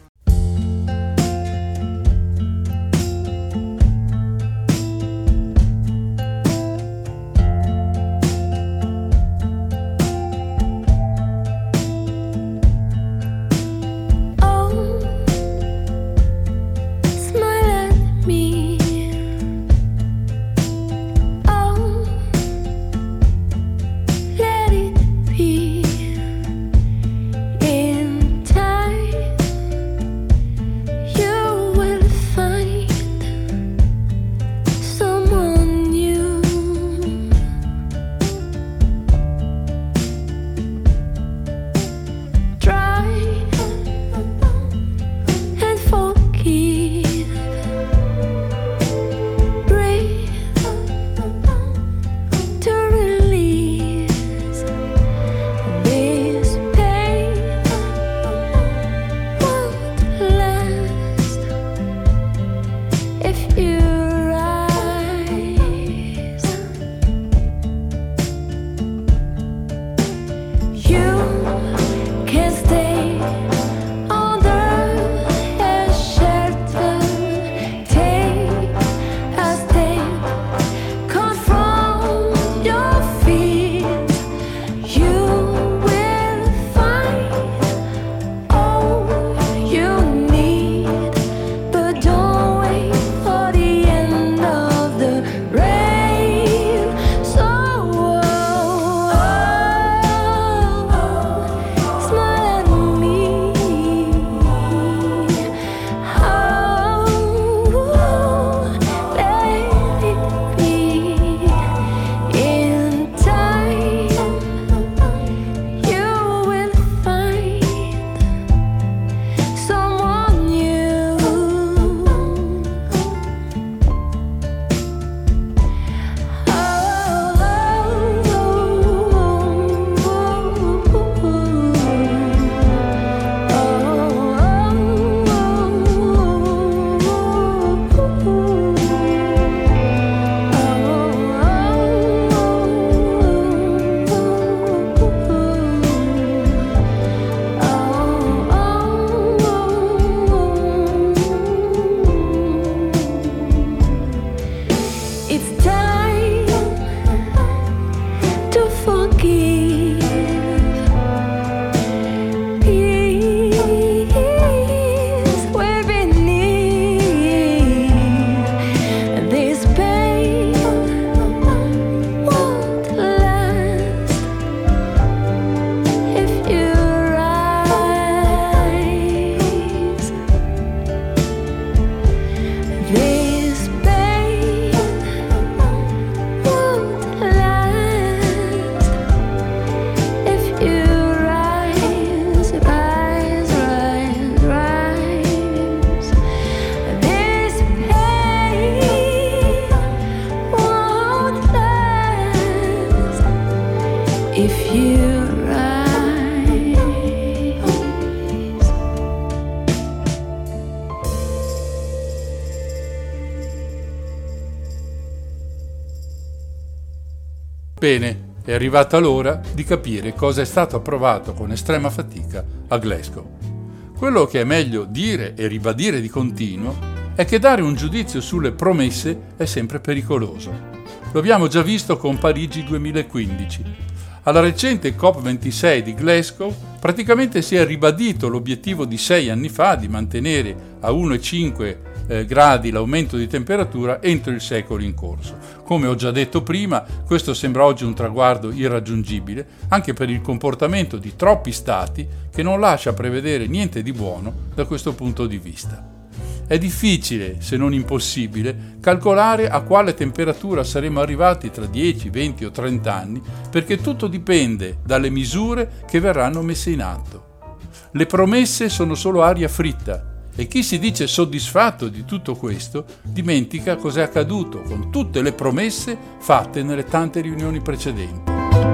Speaker 3: Bene, è arrivata l'ora di capire cosa è stato approvato con estrema fatica a Glasgow. Quello che è meglio dire e ribadire di continuo è che dare un giudizio sulle promesse è sempre pericoloso. Lo abbiamo già visto con Parigi 2015. Alla recente COP26 di Glasgow praticamente si è ribadito l'obiettivo di 6 anni fa di mantenere a 1,5 gradi l'aumento di temperatura entro il secolo in corso. Come ho già detto prima, questo sembra oggi un traguardo irraggiungibile, anche per il comportamento di troppi stati che non lascia prevedere niente di buono da questo punto di vista. È difficile, se non impossibile, calcolare a quale temperatura saremo arrivati tra 10, 20 o 30 anni, perché tutto dipende dalle misure che verranno messe in atto. Le promesse sono solo aria fritta e chi si dice soddisfatto di tutto questo dimentica cos'è accaduto con tutte le promesse fatte nelle tante riunioni precedenti.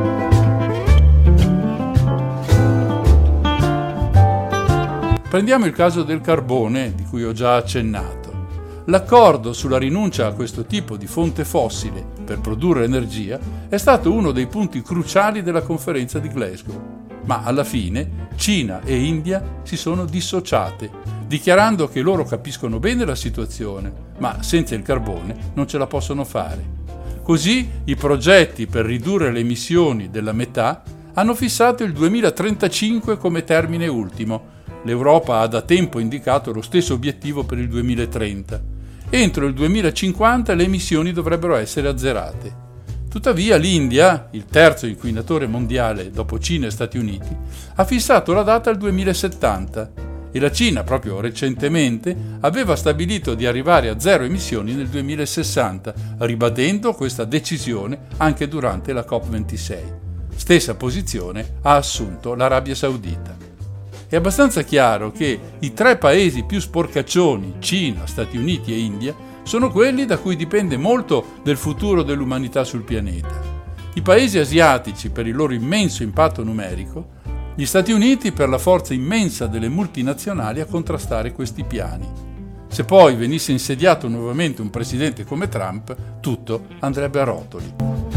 Speaker 3: Prendiamo il caso del carbone, di cui ho già accennato. L'accordo sulla rinuncia a questo tipo di fonte fossile per produrre energia è stato uno dei punti cruciali della conferenza di Glasgow, ma alla fine Cina e India si sono dissociate, dichiarando che loro capiscono bene la situazione, ma senza il carbone non ce la possono fare. Così i progetti per ridurre le emissioni della metà hanno fissato il 2035 come termine ultimo. L'Europa ha da tempo indicato lo stesso obiettivo per il 2030. Entro il 2050 le emissioni dovrebbero essere azzerate. Tuttavia l'India, il terzo inquinatore mondiale dopo Cina e Stati Uniti, ha fissato la data al 2070 e la Cina, proprio recentemente, aveva stabilito di arrivare a zero emissioni nel 2060, ribadendo questa decisione anche durante la COP26. Stessa posizione ha assunto l'Arabia Saudita. È abbastanza chiaro che i 3 paesi più sporcaccioni, Cina, Stati Uniti e India, sono quelli da cui dipende molto del futuro dell'umanità sul pianeta. I paesi asiatici per il loro immenso impatto numerico, gli Stati Uniti per la forza immensa delle multinazionali a contrastare questi piani. Se poi venisse insediato nuovamente un presidente come Trump, tutto andrebbe a rotoli.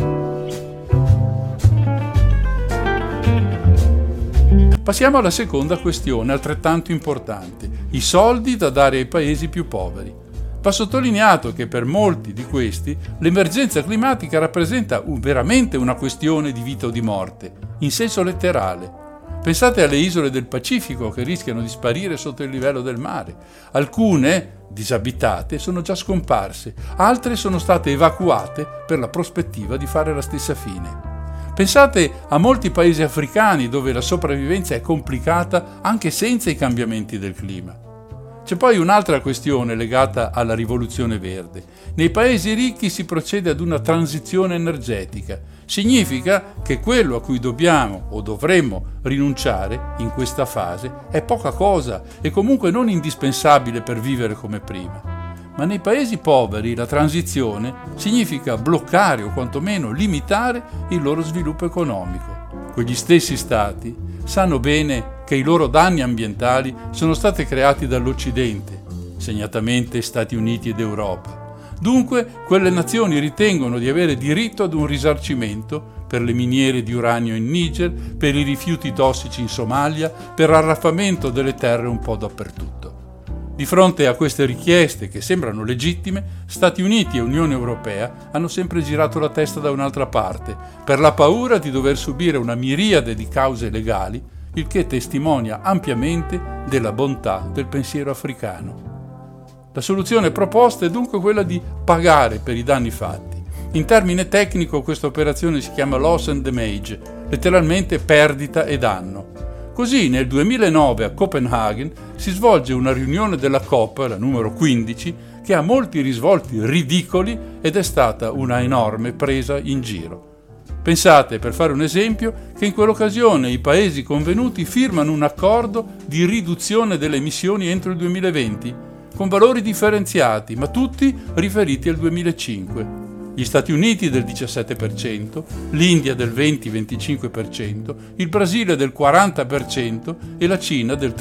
Speaker 3: Passiamo alla seconda questione, altrettanto importante: i soldi da dare ai paesi più poveri. Va sottolineato che per molti di questi l'emergenza climatica rappresenta veramente una questione di vita o di morte, in senso letterale. Pensate alle isole del Pacifico che rischiano di sparire sotto il livello del mare. Alcune, disabitate, sono già scomparse, altre sono state evacuate per la prospettiva di fare la stessa fine. Pensate a molti paesi africani dove la sopravvivenza è complicata anche senza i cambiamenti del clima. C'è poi un'altra questione legata alla rivoluzione verde. Nei paesi ricchi si procede ad una transizione energetica. Significa che quello a cui dobbiamo o dovremmo rinunciare in questa fase è poca cosa e comunque non indispensabile per vivere come prima. Ma nei paesi poveri la transizione significa bloccare o quantomeno limitare il loro sviluppo economico. Quegli stessi stati sanno bene che i loro danni ambientali sono stati creati dall'Occidente, segnatamente Stati Uniti ed Europa. Dunque, quelle nazioni ritengono di avere diritto ad un risarcimento per le miniere di uranio in Niger, per i rifiuti tossici in Somalia, per l'arraffamento delle terre un po' dappertutto. Di fronte a queste richieste, che sembrano legittime, Stati Uniti e Unione Europea hanno sempre girato la testa da un'altra parte, per la paura di dover subire una miriade di cause legali, il che testimonia ampiamente della bontà del pensiero africano. La soluzione proposta è dunque quella di pagare per i danni fatti. In termine tecnico questa operazione si chiama loss and damage, letteralmente perdita e danno. Così nel 2009 a Copenaghen si svolge una riunione della COP, la numero 15, che ha molti risvolti ridicoli ed è stata una enorme presa in giro. Pensate, per fare un esempio, che in quell'occasione i paesi convenuti firmano un accordo di riduzione delle emissioni entro il 2020, con valori differenziati, ma tutti riferiti al 2005. Gli Stati Uniti del 17%, l'India del 20-25%, il Brasile del 40% e la Cina del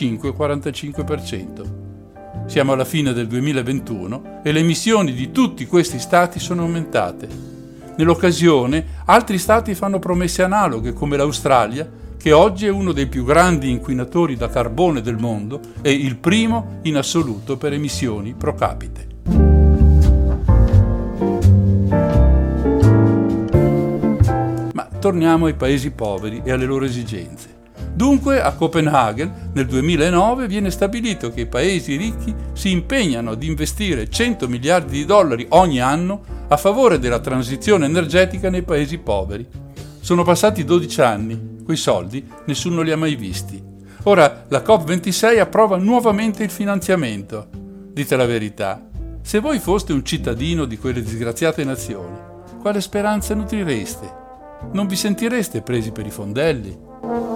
Speaker 3: 35-45%. Siamo alla fine del 2021 e le emissioni di tutti questi stati sono aumentate. Nell'occasione, altri stati fanno promesse analoghe, come l'Australia, che oggi è uno dei più grandi inquinatori da carbone del mondo e il primo in assoluto per emissioni pro capite. Ma torniamo ai paesi poveri e alle loro esigenze. Dunque, a Copenaghen, nel 2009, viene stabilito che i paesi ricchi si impegnano ad investire 100 miliardi di dollari ogni anno a favore della transizione energetica nei paesi poveri. Sono passati 12 anni, quei soldi nessuno li ha mai visti. Ora la COP26 approva nuovamente il finanziamento. Dite la verità, se voi foste un cittadino di quelle disgraziate nazioni, quale speranza nutrireste? Non vi sentireste presi per i fondelli?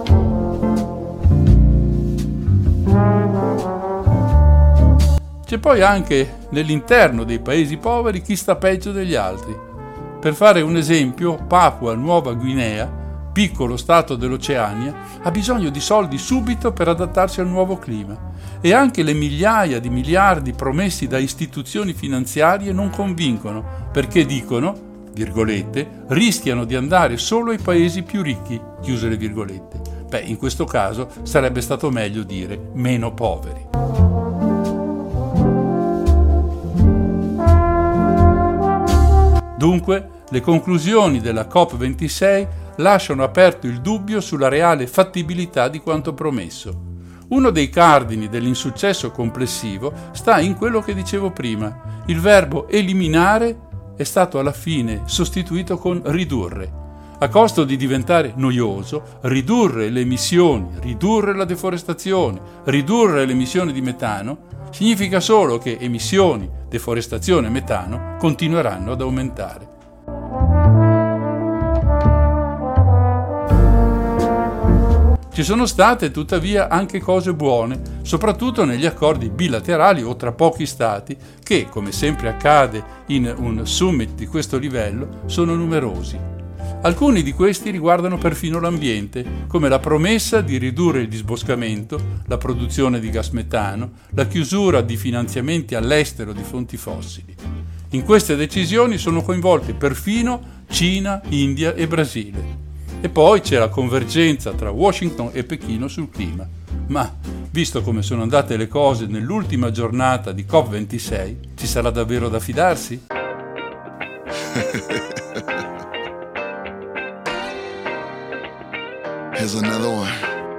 Speaker 3: C'è poi anche nell'interno dei paesi poveri chi sta peggio degli altri. Per fare un esempio, Papua Nuova Guinea, piccolo stato dell'Oceania, ha bisogno di soldi subito per adattarsi al nuovo clima e anche le migliaia di miliardi promessi da istituzioni finanziarie non convincono perché dicono, virgolette, rischiano di andare solo ai paesi più ricchi, chiuse le virgolette. Beh, in questo caso sarebbe stato meglio dire meno poveri. Dunque, le conclusioni della COP26 lasciano aperto il dubbio sulla reale fattibilità di quanto promesso. Uno dei cardini dell'insuccesso complessivo sta in quello che dicevo prima. Il verbo eliminare è stato alla fine sostituito con ridurre. A costo di diventare noioso, ridurre le emissioni, ridurre la deforestazione, ridurre le emissioni di metano, significa solo che emissioni, deforestazione e metano continueranno ad aumentare. Ci sono state tuttavia anche cose buone, soprattutto negli accordi bilaterali o tra pochi stati che, come sempre accade in un summit di questo livello, sono numerosi. Alcuni di questi riguardano perfino l'ambiente, come la promessa di ridurre il disboscamento, la produzione di gas metano, la chiusura di finanziamenti all'estero di fonti fossili. In queste decisioni sono coinvolte perfino Cina, India e Brasile. E poi c'è la convergenza tra Washington e Pechino sul clima. Ma, visto come sono andate le cose nell'ultima giornata di COP26, ci sarà davvero da fidarsi?
Speaker 6: Here's another one.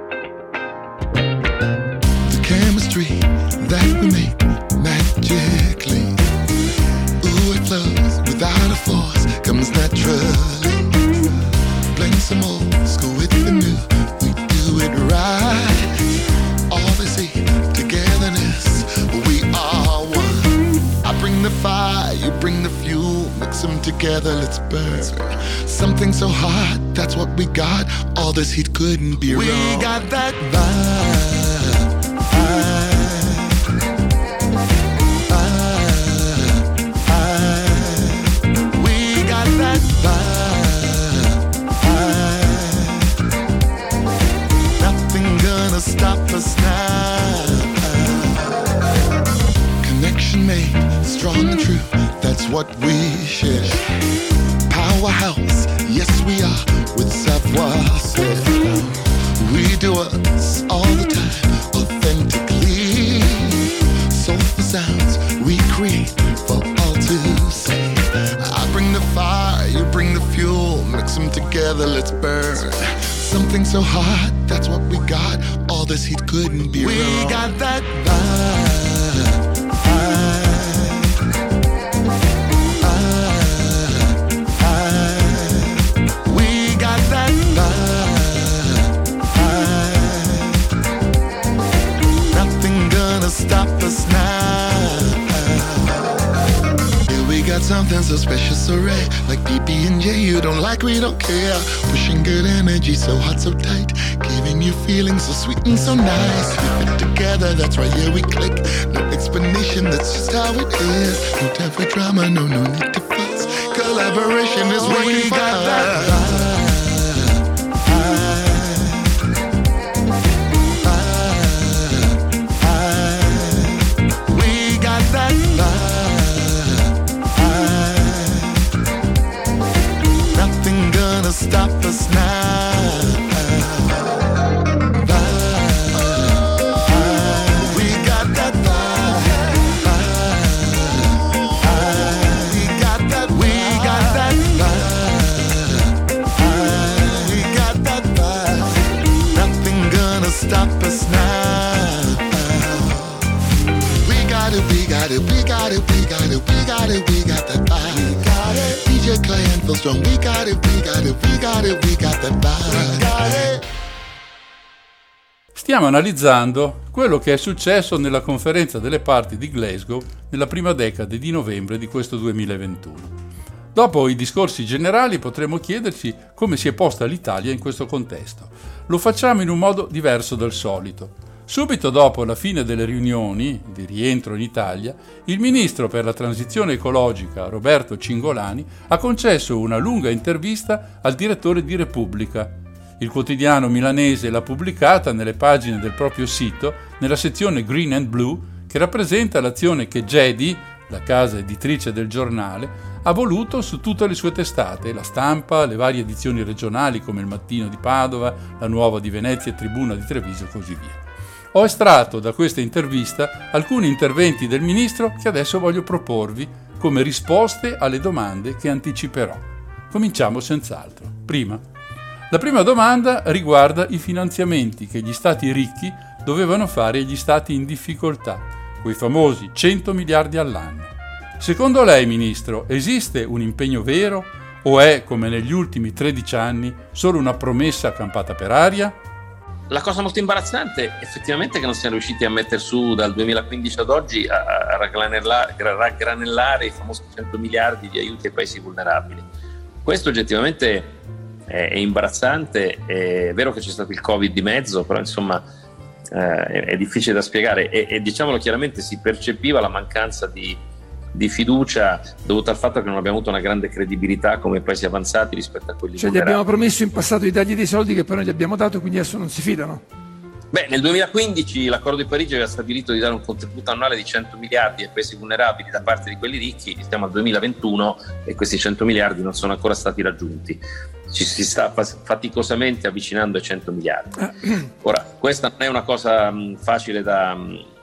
Speaker 6: The chemistry that we make magically. Ooh, it flows without a force, comes naturally. Blend some old school with the new, we do it right. All they see, togetherness, we are one. I bring the fire, you bring the fuel, mix them together, let's burn. Something so hot, that's what we got. All this heat couldn't be wrong. We got that vibe. We got that vibe. Nothing gonna stop us now. Connection made, strong and true. That's what we share. Powerhouse, yes we are, with savoir-faire. We do us all the time, authentically. Soulful sounds we create for all to see. I bring the fire, you bring the fuel, mix them together, let's burn. Something so hot, that's what we got. All this heat couldn't be wrong. We got that vibe. Stop us now. Yeah, we got something so special, so rare. Like PB&J, you don't like, we don't care. Pushing good energy, so hot, so tight. Giving you feelings so sweet and so nice. We fit together, that's right, yeah, we click. No explanation, that's just how it is. No time for drama, no need to fuss. Collaboration is working for us. That vibe. us now. We got it, we got it, we got it, we got it, we got it, we got that vibe. We got it. DJ Clay and Phil Strong. We got it, we got it, we got it, we got that vibe. We got it.
Speaker 3: Stiamo analizzando quello che è successo nella conferenza delle parti di Glasgow nella prima decade di novembre di questo 2021. Dopo i discorsi generali potremmo chiederci come si è posta l'Italia in questo contesto. Lo facciamo in un modo diverso dal solito. Subito dopo la fine delle riunioni di rientro in Italia, il ministro per la transizione ecologica Roberto Cingolani ha concesso una lunga intervista al direttore di Repubblica. Il quotidiano milanese l'ha pubblicata nelle pagine del proprio sito, nella sezione Green and Blue, che rappresenta l'azione che GEDI, la casa editrice del giornale, ha voluto su tutte le sue testate, La Stampa, le varie edizioni regionali come Il Mattino di Padova, La Nuova di Venezia e Tribuna di Treviso e così via. Ho estratto da questa intervista alcuni interventi del ministro che adesso voglio proporvi come risposte alle domande che anticiperò. Cominciamo senz'altro. La prima domanda riguarda i finanziamenti che gli stati ricchi dovevano fare agli stati in difficoltà, quei famosi 100 miliardi all'anno. Secondo lei, ministro, esiste un impegno vero o è, come negli ultimi 13 anni, solo una promessa campata per aria?
Speaker 7: La cosa molto imbarazzante effettivamente è che non siamo riusciti a mettere su dal 2015 ad oggi a raggranellare i famosi 100 miliardi di aiuti ai paesi vulnerabili. Questo oggettivamente è imbarazzante, è vero che c'è stato il Covid di mezzo, però insomma è difficile da spiegare e diciamolo chiaramente si percepiva la mancanza di fiducia dovuta al fatto che non abbiamo avuto una grande credibilità come paesi avanzati rispetto a quelli
Speaker 8: vulnerabili. Cioè gli abbiamo promesso in passato di dargli dei soldi che però gli abbiamo dato, quindi adesso non si fidano?
Speaker 7: Beh, nel 2015 l'accordo di Parigi aveva stabilito di dare un contributo annuale di 100 miliardi ai paesi vulnerabili da parte di quelli ricchi, stiamo al 2021 e questi 100 miliardi non sono ancora stati raggiunti. Ci si sta faticosamente avvicinando ai 100 miliardi. Ora, questa non è una cosa facile da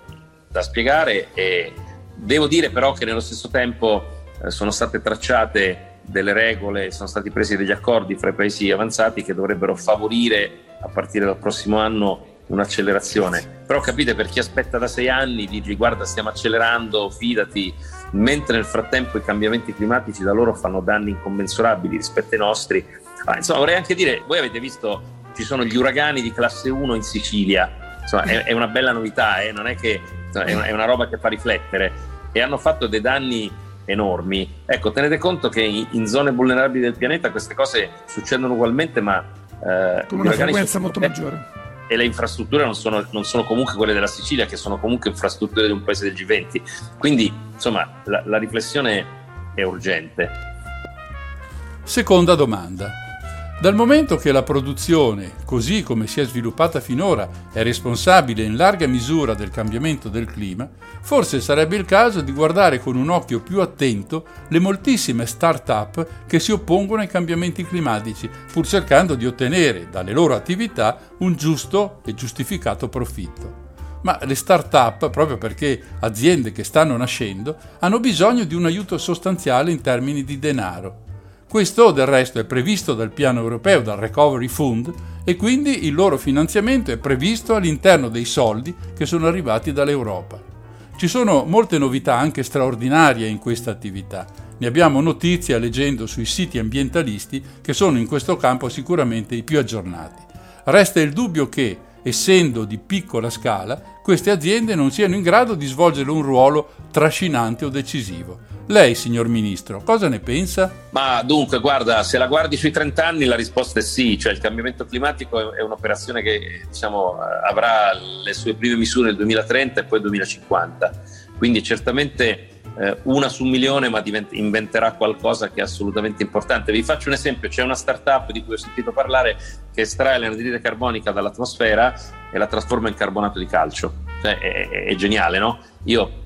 Speaker 7: spiegare e devo dire però che nello stesso tempo sono state tracciate delle regole, sono stati presi degli accordi fra i paesi avanzati che dovrebbero favorire a partire dal prossimo anno un'accelerazione. Però capite, per chi aspetta da 6 anni dici guarda stiamo accelerando, fidati, mentre nel frattempo i cambiamenti climatici da loro fanno danni incommensurabili rispetto ai nostri. Insomma, vorrei anche dire, voi avete visto, ci sono gli uragani di classe 1 in Sicilia, insomma è una bella novità, non è che è una roba che fa riflettere e hanno fatto dei danni enormi. Ecco, tenete conto che in zone vulnerabili del pianeta queste cose succedono ugualmente, ma
Speaker 8: con una frequenza molto maggiore.
Speaker 7: E le infrastrutture non sono comunque quelle della Sicilia, che sono comunque infrastrutture di un paese del G20. Quindi, insomma, la riflessione è urgente.
Speaker 3: Seconda domanda. Dal momento che la produzione, così come si è sviluppata finora, è responsabile in larga misura del cambiamento del clima, forse sarebbe il caso di guardare con un occhio più attento le moltissime start-up che si oppongono ai cambiamenti climatici, pur cercando di ottenere dalle loro attività un giusto e giustificato profitto. Ma le start-up, proprio perché aziende che stanno nascendo, hanno bisogno di un aiuto sostanziale in termini di denaro. Questo del resto è previsto dal piano europeo, dal Recovery Fund, e quindi il loro finanziamento è previsto all'interno dei soldi che sono arrivati dall'Europa. Ci sono molte novità anche straordinarie in questa attività. Ne abbiamo notizia leggendo sui siti ambientalisti che sono in questo campo sicuramente i più aggiornati. Resta il dubbio che, essendo di piccola scala, queste aziende non siano in grado di svolgere un ruolo trascinante o decisivo. Lei, signor Ministro, cosa ne pensa?
Speaker 7: Ma dunque, guarda, se la guardi sui 30 anni la risposta è sì, cioè il cambiamento climatico è un'operazione che avrà le sue prime misure nel 2030 e poi 2050, quindi certamente una su 1.000.000, ma inventerà qualcosa che è assolutamente importante. Vi faccio un esempio: c'è una startup di cui ho sentito parlare che estrae l'anidride carbonica dall'atmosfera e la trasforma in carbonato di calcio. Cioè, è geniale, no? Io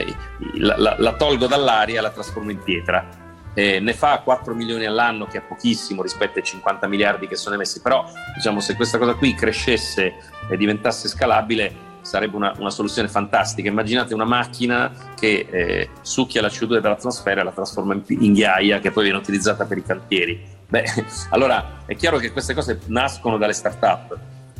Speaker 7: la tolgo dall'aria e la trasformo in pietra. Ne fa 4 milioni all'anno, che è pochissimo rispetto ai 50 miliardi che sono emessi, però se questa cosa qui crescesse e diventasse scalabile sarebbe una soluzione fantastica. Immaginate una macchina che succhia la CO2 dall'atmosfera e la trasforma in ghiaia che poi viene utilizzata per i cantieri. Allora è chiaro che queste cose nascono dalle start-up.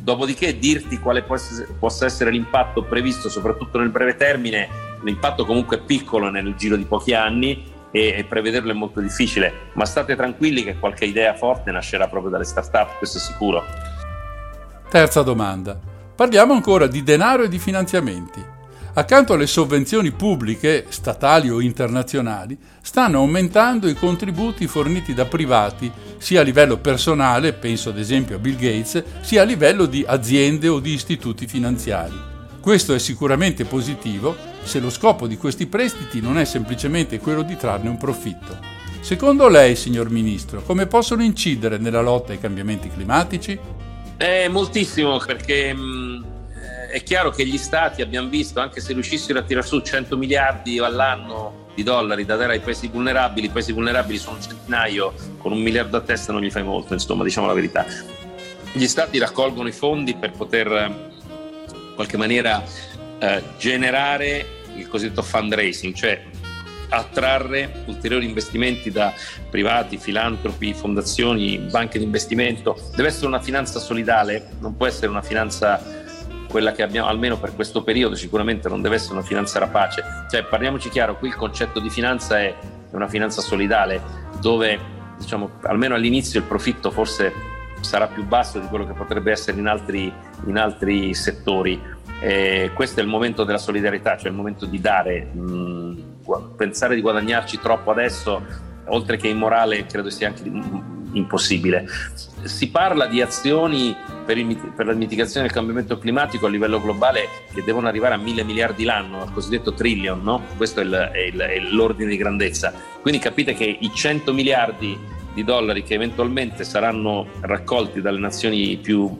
Speaker 7: Dopodiché dirti quale possa essere l'impatto previsto, soprattutto nel breve termine, l'impatto comunque è piccolo nel giro di pochi anni e prevederlo è molto difficile, ma state tranquilli che qualche idea forte nascerà proprio dalle start-up, questo è sicuro.
Speaker 3: Terza domanda. Parliamo ancora di denaro e di finanziamenti. Accanto alle sovvenzioni pubbliche, statali o internazionali, stanno aumentando i contributi forniti da privati, sia a livello personale, penso ad esempio a Bill Gates, sia a livello di aziende o di istituti finanziari. Questo è sicuramente positivo se lo scopo di questi prestiti non è semplicemente quello di trarne un profitto. Secondo lei, signor Ministro, come possono incidere nella lotta ai cambiamenti climatici?
Speaker 7: Moltissimo, perché è chiaro che gli stati, abbiamo visto, anche se riuscissero a tirar su 100 miliardi all'anno di dollari da dare ai paesi vulnerabili sono un centinaio, con 1 miliardo a testa non gli fai molto, insomma, diciamo la verità. Gli stati raccolgono i fondi per poter in qualche maniera generare il cosiddetto fundraising, cioè attrarre ulteriori investimenti da privati, filantropi, fondazioni, banche di investimento. Deve essere una finanza solidale, non può essere una finanza, quella che abbiamo almeno per questo periodo, sicuramente non deve essere una finanza rapace. Cioè, parliamoci chiaro, qui il concetto di finanza è una finanza solidale, dove, diciamo, almeno all'inizio il profitto forse sarà più basso di quello che potrebbe essere in altri settori. Questo è il momento della solidarietà, cioè il momento di dare. Pensare di guadagnarci troppo adesso, oltre che immorale, credo sia anche impossibile. Si parla di azioni per la mitigazione del cambiamento climatico a livello globale che devono arrivare a 1.000 miliardi l'anno, al cosiddetto trillion, no? Questo è l'ordine di grandezza. Quindi capite che i 100 miliardi di dollari che eventualmente saranno raccolti dalle nazioni più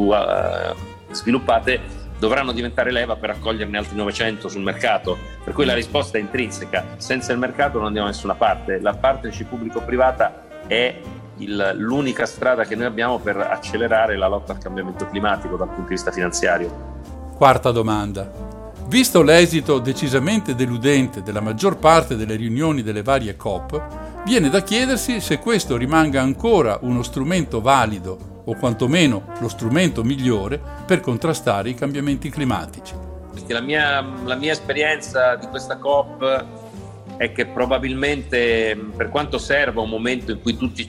Speaker 7: sviluppate dovranno diventare leva per raccoglierne altri 900 sul mercato, per cui la risposta è intrinseca: senza il mercato non andiamo da nessuna parte. La partnership pubblico-privata è l'unica strada che noi abbiamo per accelerare la lotta al cambiamento climatico dal punto di vista finanziario.
Speaker 3: Quarta domanda. Visto l'esito decisamente deludente della maggior parte delle riunioni delle varie COP, viene da chiedersi se questo rimanga ancora uno strumento valido o quantomeno lo strumento migliore per contrastare i cambiamenti climatici.
Speaker 7: Perché la mia esperienza di questa COP è che probabilmente, per quanto serva un momento in cui tutti i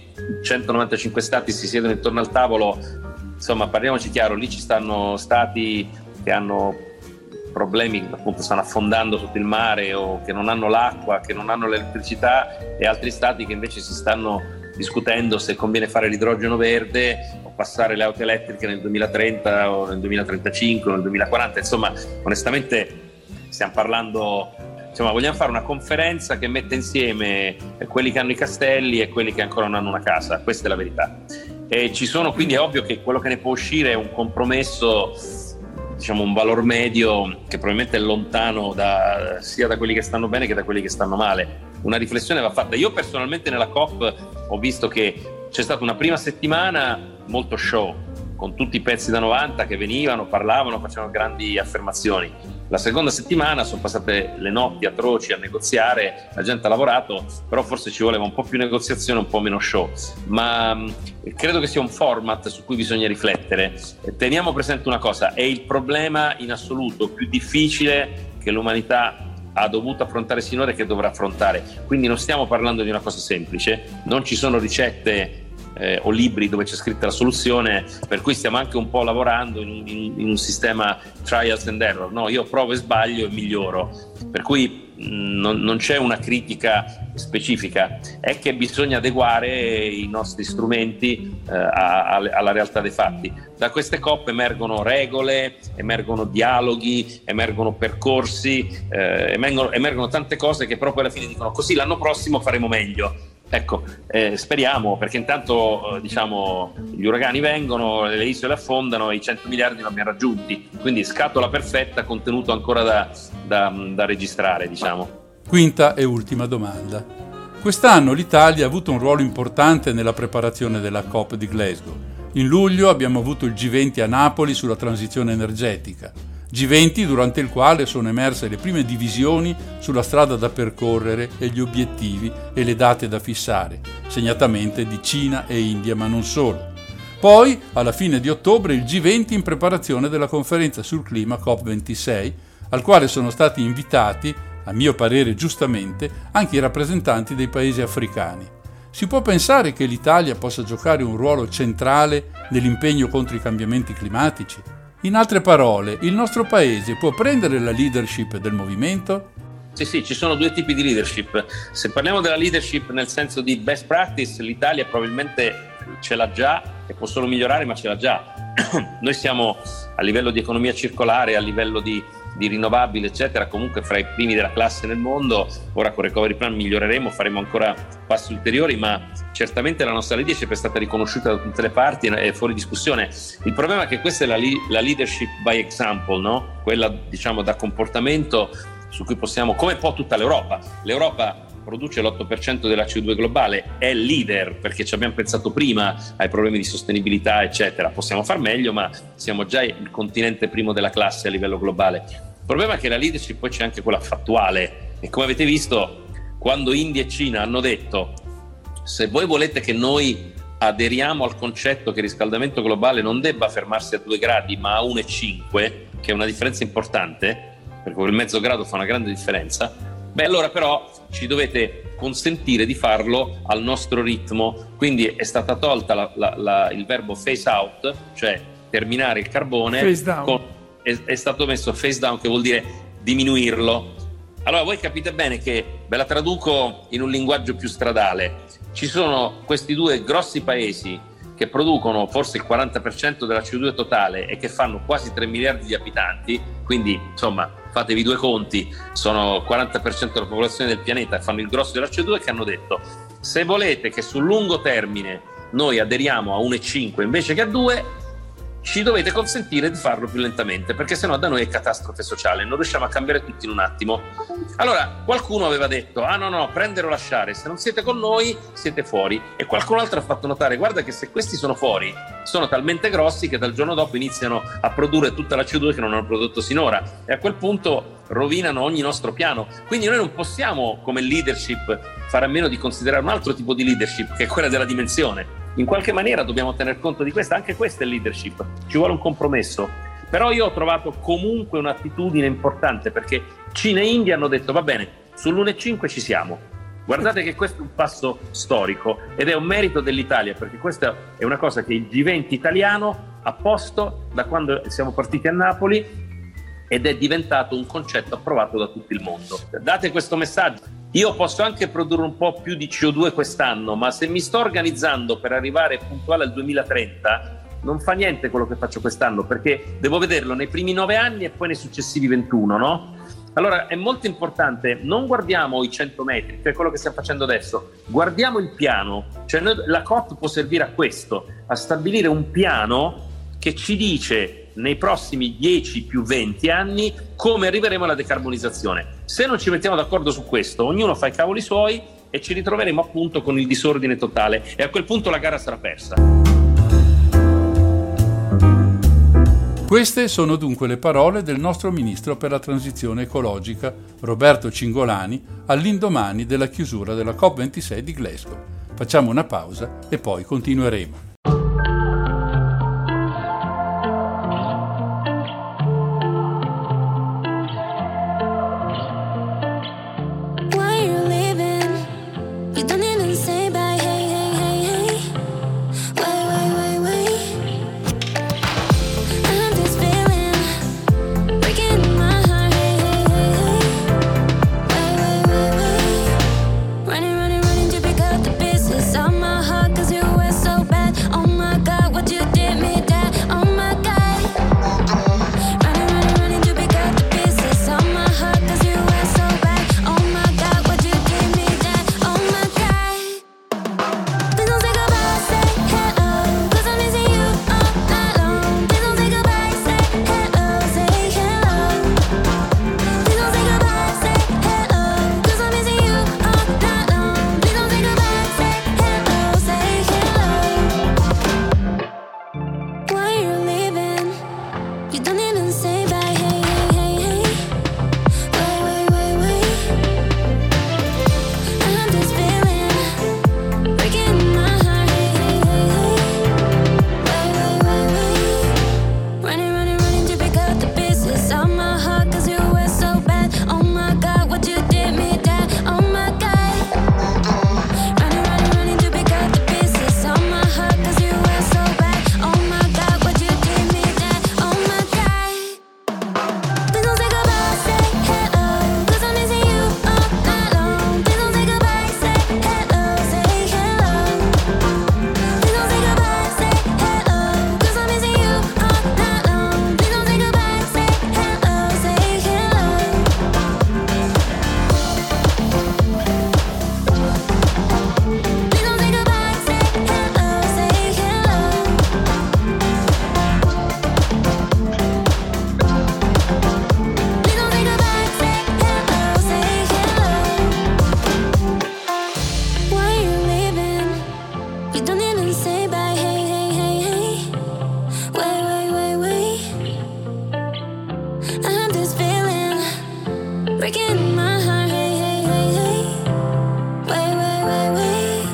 Speaker 7: 195 stati si siedono intorno al tavolo, insomma, parliamoci chiaro, lì ci stanno stati che hanno problemi, appunto stanno affondando sotto il mare, o che non hanno l'acqua, che non hanno l'elettricità, e altri stati che invece si stanno discutendo se conviene fare l'idrogeno verde o passare le auto elettriche nel 2030 o nel 2035 o nel 2040. Insomma, onestamente stiamo parlando, insomma, vogliamo fare una conferenza che mette insieme quelli che hanno i castelli e quelli che ancora non hanno una casa. Questa è la verità. E ci sono, quindi è ovvio che quello che ne può uscire è un compromesso, diciamo un valor medio che probabilmente è lontano sia da quelli che stanno bene che da quelli che stanno male. Una riflessione va fatta. Io personalmente nella COP ho visto che c'è stata una prima settimana molto show, con tutti i pezzi da 90 che venivano, parlavano, facevano grandi affermazioni. La seconda settimana sono passate le notti atroci a negoziare, la gente ha lavorato, però forse ci voleva un po' più negoziazione, un po' meno show. Ma credo che sia un format su cui bisogna riflettere. Teniamo presente una cosa: è il problema in assoluto più difficile che l'umanità ha dovuto affrontare sinora e che dovrà affrontare. Quindi non stiamo parlando di una cosa semplice, non ci sono ricette o libri dove c'è scritta la soluzione, per cui stiamo anche un po' lavorando in un sistema trials and error, no? Io provo e sbaglio e miglioro, per cui non c'è una critica specifica, è che bisogna adeguare i nostri strumenti alla realtà dei fatti. Da queste COP emergono regole, emergono dialoghi, emergono percorsi, emergono tante cose che proprio alla fine dicono: così l'anno prossimo faremo meglio. Ecco, speriamo, perché intanto diciamo gli uragani vengono, le isole affondano e i 100 miliardi non abbiamo raggiunti, quindi scatola perfetta, contenuto ancora da registrare, diciamo.
Speaker 3: Quinta e ultima domanda. Quest'anno l'Italia ha avuto un ruolo importante nella preparazione della COP di Glasgow. In luglio abbiamo avuto il G20 a Napoli sulla transizione energetica. G20 durante il quale sono emerse le prime divisioni sulla strada da percorrere e gli obiettivi e le date da fissare, segnatamente di Cina e India, ma non solo. Poi, alla fine di ottobre, il G20 in preparazione della conferenza sul clima COP26, al quale sono stati invitati, a mio parere giustamente, anche i rappresentanti dei paesi africani. Si può pensare che l'Italia possa giocare un ruolo centrale nell'impegno contro i cambiamenti climatici? In altre parole, il nostro paese può prendere la leadership del movimento?
Speaker 7: Sì, ci sono due tipi di leadership. Se parliamo della leadership nel senso di best practice, l'Italia probabilmente ce l'ha già e può solo migliorare, ma ce l'ha già. Noi siamo a livello di economia circolare, a livello di rinnovabile, eccetera, comunque fra i primi della classe nel mondo. Ora con Recovery Plan miglioreremo, faremo ancora passi ulteriori, ma certamente la nostra leadership è stata riconosciuta da tutte le parti, è fuori discussione. Il problema è che questa è la leadership by example, no? Quella, diciamo, da comportamento su cui possiamo, come può tutta l'Europa. L'Europa produce l'8% della CO2 globale, è leader perché ci abbiamo pensato prima ai problemi di sostenibilità, eccetera. Possiamo far meglio, ma siamo già il continente primo della classe a livello globale. Il problema è che la leadership poi c'è anche quella fattuale, e come avete visto, quando India e Cina hanno detto: se voi volete che noi aderiamo al concetto che il riscaldamento globale non debba fermarsi a 2 gradi ma a 1,5, che è una differenza importante, perché quel mezzo grado fa una grande differenza, allora però ci dovete consentire di farlo al nostro ritmo. Quindi è stata tolta il verbo phase out, cioè terminare il carbone,
Speaker 8: phase down.
Speaker 7: È stato messo phase down, che vuol dire diminuirlo. Allora voi capite bene che, ve la traduco in un linguaggio più stradale, ci sono questi due grossi paesi che producono forse il 40% della CO2 totale e che fanno quasi 3 miliardi di abitanti, quindi insomma fatevi due conti, sono 40% della popolazione del pianeta e fanno il grosso della CO2, che hanno detto: se volete che sul lungo termine noi aderiamo a 1,5 invece che a 2, ci dovete consentire di farlo più lentamente, perché sennò da noi è catastrofe sociale, non riusciamo a cambiare tutti in un attimo. Allora qualcuno aveva detto: ah no, prendere o lasciare, se non siete con noi siete fuori. E qualcun altro ha fatto notare: guarda che se questi sono fuori, sono talmente grossi che dal giorno dopo iniziano a produrre tutta la CO2 che non hanno prodotto sinora, e a quel punto rovinano ogni nostro piano. Quindi noi non possiamo, come leadership, fare a meno di considerare un altro tipo di leadership, che è quella della dimensione. In qualche maniera dobbiamo tener conto di questa, anche questa è leadership, ci vuole un compromesso. Però io ho trovato comunque un'attitudine importante, perché Cina e India hanno detto: va bene, sull'1,5 ci siamo. Guardate che questo è un passo storico ed è un merito dell'Italia, perché questa è una cosa che il G20 italiano ha posto da quando siamo partiti a Napoli, ed è diventato un concetto approvato da tutto il mondo. Date questo messaggio. Io posso anche produrre un po' più di CO2 quest'anno, ma se mi sto organizzando per arrivare puntuale al 2030, non fa niente quello che faccio quest'anno, perché devo vederlo nei primi 9 anni e poi nei successivi 21, no? Allora è molto importante, non guardiamo i 100 metri, che è quello che stiamo facendo adesso, guardiamo il piano. Cioè la COP può servire a questo, a stabilire un piano che ci dice nei prossimi 10 più 20 anni come arriveremo alla decarbonizzazione. Se non ci mettiamo d'accordo su questo, ognuno fa i cavoli suoi e ci ritroveremo appunto con il disordine totale, e a quel punto la gara sarà persa.
Speaker 3: Queste sono dunque le parole del nostro ministro per la transizione ecologica, Roberto Cingolani, all'indomani della chiusura della COP26 di Glasgow. Facciamo una pausa e poi continueremo.
Speaker 4: Running to pick up the pieces of my heart, 'cause you were so bad. this feeling breaking my heart. Hey, hey, hey, hey. Wait.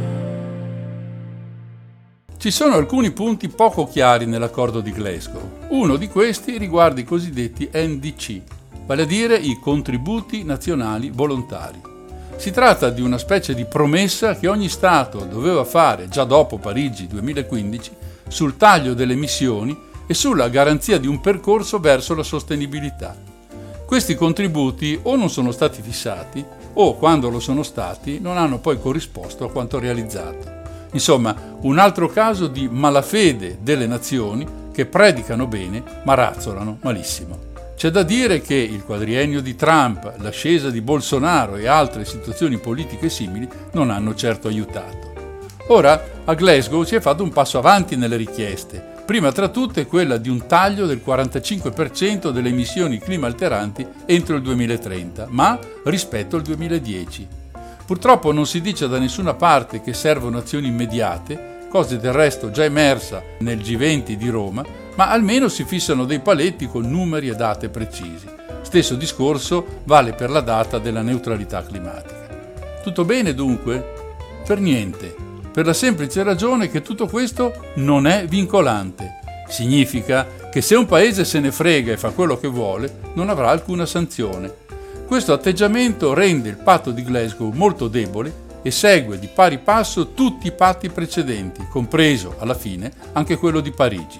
Speaker 3: Ci sono alcuni punti poco chiari nell'accordo di Glasgow. Uno di questi riguarda i cosiddetti NDC, vale a dire i contributi nazionali volontari. Si tratta di una specie di promessa che ogni Stato doveva fare già dopo Parigi 2015 sul taglio delle emissioni e sulla garanzia di un percorso verso la sostenibilità. Questi contributi o non sono stati fissati o, quando lo sono stati, non hanno poi corrisposto a quanto realizzato. Insomma, un altro caso di malafede delle nazioni che predicano bene ma razzolano malissimo. C'è da dire che il quadriennio di Trump, l'ascesa di Bolsonaro e altre situazioni politiche simili non hanno certo aiutato. Ora, a Glasgow si è fatto un passo avanti nelle richieste, prima tra tutte quella di un taglio del 45% delle emissioni climalteranti entro il 2030, ma rispetto al 2010. Purtroppo non si dice da nessuna parte che servono azioni immediate, cosa del resto già emersa nel G20 di Roma, ma almeno si fissano dei paletti con numeri e date precisi. Stesso discorso vale per la data della neutralità climatica. Tutto bene dunque? Per niente, per la semplice ragione che tutto questo non è vincolante. Significa che se un paese se ne frega e fa quello che vuole, non avrà alcuna sanzione. Questo atteggiamento rende il patto di Glasgow molto debole e segue di pari passo tutti i patti precedenti, compreso, alla fine, anche quello di Parigi.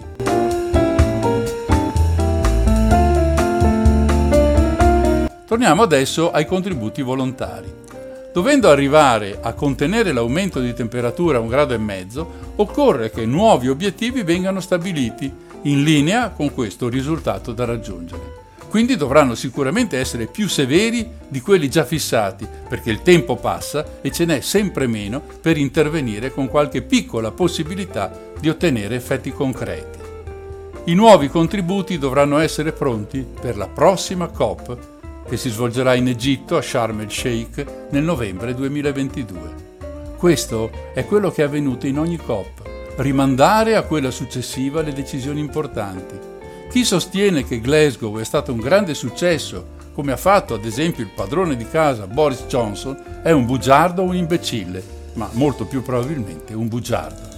Speaker 3: Torniamo adesso ai contributi volontari. Dovendo arrivare a contenere l'aumento di temperatura a 1,5 gradi, occorre che nuovi obiettivi vengano stabiliti, in linea con questo risultato da raggiungere. Quindi dovranno sicuramente essere più severi di quelli già fissati, perché il tempo passa e ce n'è sempre meno per intervenire con qualche piccola possibilità di ottenere effetti concreti. I nuovi contributi dovranno essere pronti per la prossima COP, che si svolgerà in Egitto a Sharm el-Sheikh nel novembre 2022. Questo è quello che è avvenuto in ogni COP, rimandare a quella successiva le decisioni importanti. Chi sostiene che Glasgow è stato un grande successo, come ha fatto ad esempio il padrone di casa Boris Johnson, è un bugiardo o un imbecille, ma molto più probabilmente un bugiardo.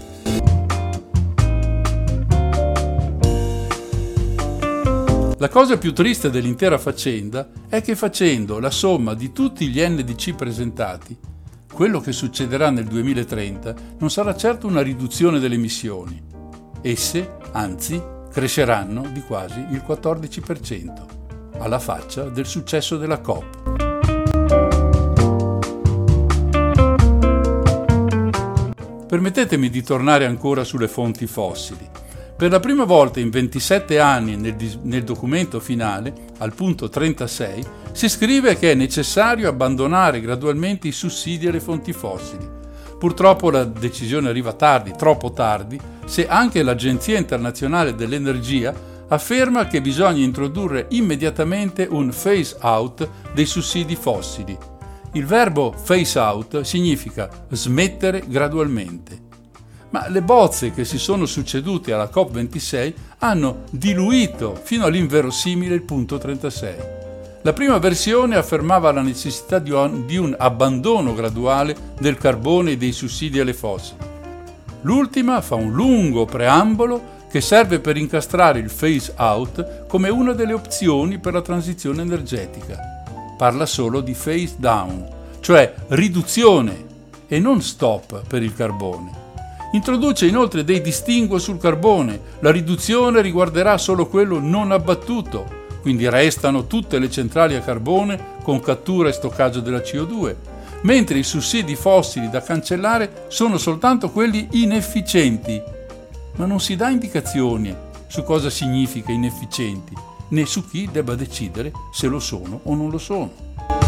Speaker 3: La cosa più triste dell'intera faccenda è che facendo la somma di tutti gli NDC presentati, quello che succederà nel 2030 non sarà certo una riduzione delle emissioni. Esse, anzi, cresceranno di quasi il 14%, alla faccia del successo della COP. Permettetemi di tornare ancora sulle fonti fossili. Per la prima volta in 27 anni nel documento finale, al punto 36, si scrive che è necessario abbandonare gradualmente i sussidi alle fonti fossili. Purtroppo la decisione arriva tardi, troppo tardi, se anche l'Agenzia Internazionale dell'Energia afferma che bisogna introdurre immediatamente un phase out dei sussidi fossili. Il verbo phase out significa smettere gradualmente. Ma le bozze che si sono succedute alla COP26 hanno diluito fino all'inverosimile il punto 36. La prima versione affermava la necessità di un abbandono graduale del carbone e dei sussidi alle fossili. L'ultima fa un lungo preambolo che serve per incastrare il phase out come una delle opzioni per la transizione energetica. Parla solo di phase down, cioè riduzione e non stop per il carbone. Introduce inoltre dei distinguo sul carbone. La riduzione riguarderà solo quello non abbattuto, quindi restano tutte le centrali a carbone con cattura e stoccaggio della CO2, mentre i sussidi fossili da cancellare sono soltanto quelli inefficienti. Ma non si dà indicazioni su cosa significa inefficienti, né su chi debba decidere se lo sono o non lo sono.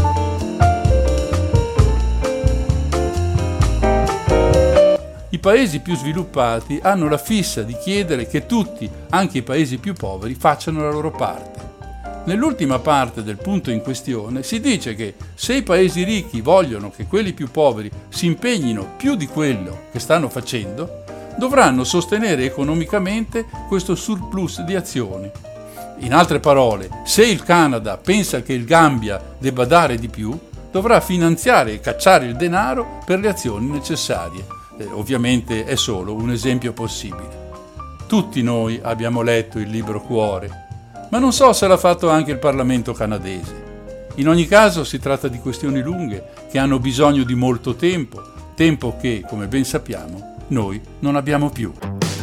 Speaker 3: I paesi più sviluppati hanno la fissa di chiedere che tutti, anche i paesi più poveri, facciano la loro parte. Nell'ultima parte del punto in questione si dice che se i paesi ricchi vogliono che quelli più poveri si impegnino più di quello che stanno facendo, dovranno sostenere economicamente questo surplus di azioni. In altre parole, se il Canada pensa che il Gambia debba dare di più, dovrà finanziare e cacciare il denaro per le azioni necessarie. Ovviamente è solo un esempio possibile. Tutti noi abbiamo letto il libro Cuore, ma non so se l'ha fatto anche il Parlamento canadese. In ogni caso si tratta di questioni lunghe che hanno bisogno di molto tempo, tempo che, come ben sappiamo, noi non abbiamo più.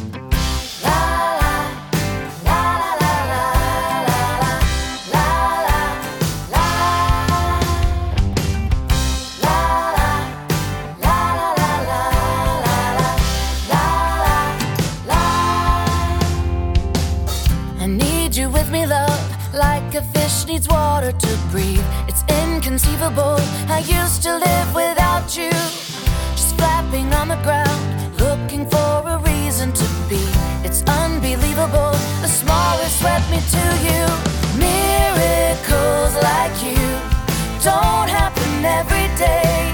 Speaker 4: A fish needs water to breathe. It's inconceivable. I used to live without you, just flapping on the ground, looking for a reason to be. It's unbelievable. The smallest swept me to you. Miracles like you don't happen every day.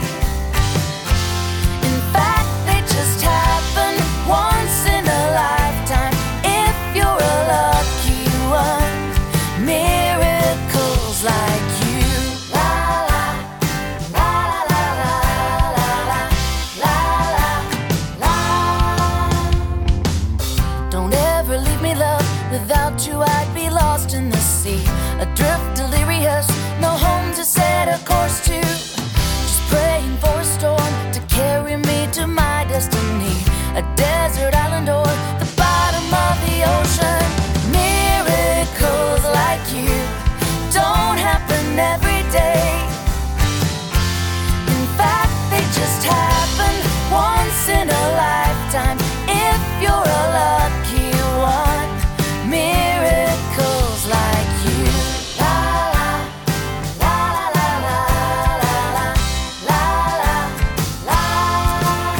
Speaker 4: In fact, they just happen once in a lifetime if you're a lucky one. Miracles like you. La la la la la la la la la. Don't ever leave me, love. Without you I'd be lost in the sea, adrift, delirious, no home to set a course to. Just praying for a storm to carry me to my destiny, a desert island or the bottom of the ocean. Miracles like you don't happen every day. In fact, they just happen once in a lifetime if you're a lucky one. Miracles like you. La la la la la la la la la la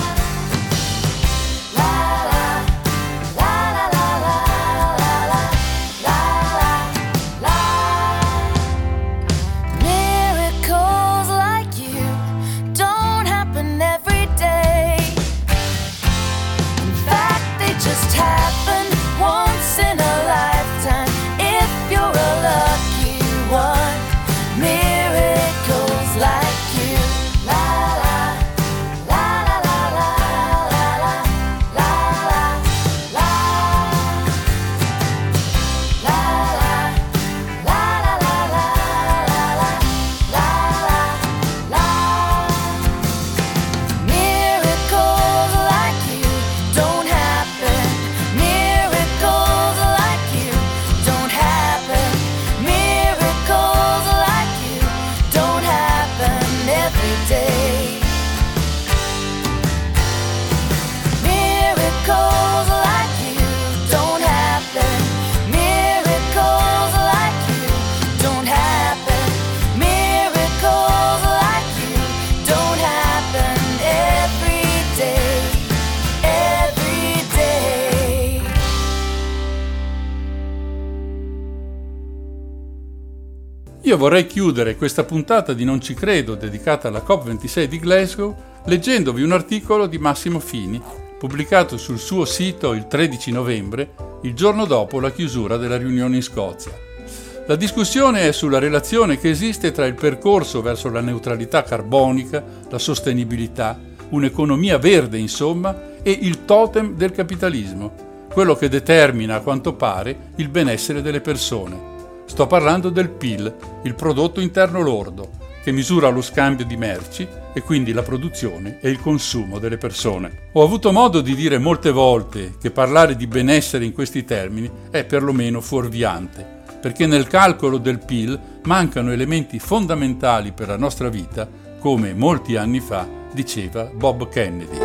Speaker 3: Io vorrei chiudere questa puntata di Non ci credo dedicata alla COP26 di Glasgow leggendovi un articolo di Massimo Fini pubblicato sul suo sito il 13 novembre, il giorno dopo la chiusura della riunione in Scozia. La discussione è sulla relazione che esiste tra il percorso verso la neutralità carbonica, la sostenibilità, un'economia verde insomma, e il totem del capitalismo, quello che determina a quanto pare il benessere delle persone. Sto parlando del PIL, il prodotto interno lordo, che misura lo scambio di merci e quindi la produzione e il consumo delle persone. Ho avuto modo di dire molte volte che parlare di benessere in questi termini è perlomeno fuorviante, perché nel calcolo del PIL mancano elementi fondamentali per la nostra vita, come molti anni fa diceva Bob Kennedy.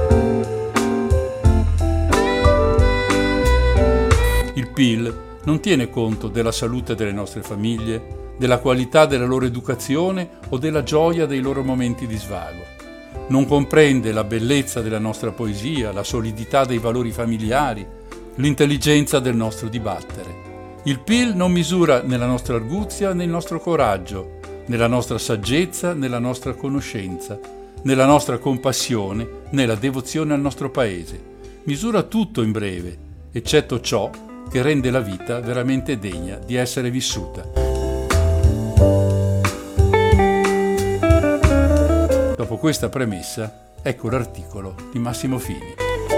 Speaker 3: Il PIL non tiene conto della salute delle nostre famiglie, della qualità della loro educazione o della gioia dei loro momenti di svago. Non comprende la bellezza della nostra poesia, la solidità dei valori familiari, l'intelligenza del nostro dibattere. Il PIL non misura né la nostra arguzia né il nostro coraggio, né la nostra saggezza né la nostra conoscenza, né la nostra compassione né la devozione al nostro paese. Misura tutto in breve, eccetto ciò che rende la vita veramente degna di essere vissuta. Dopo questa premessa, ecco l'articolo di Massimo Fini.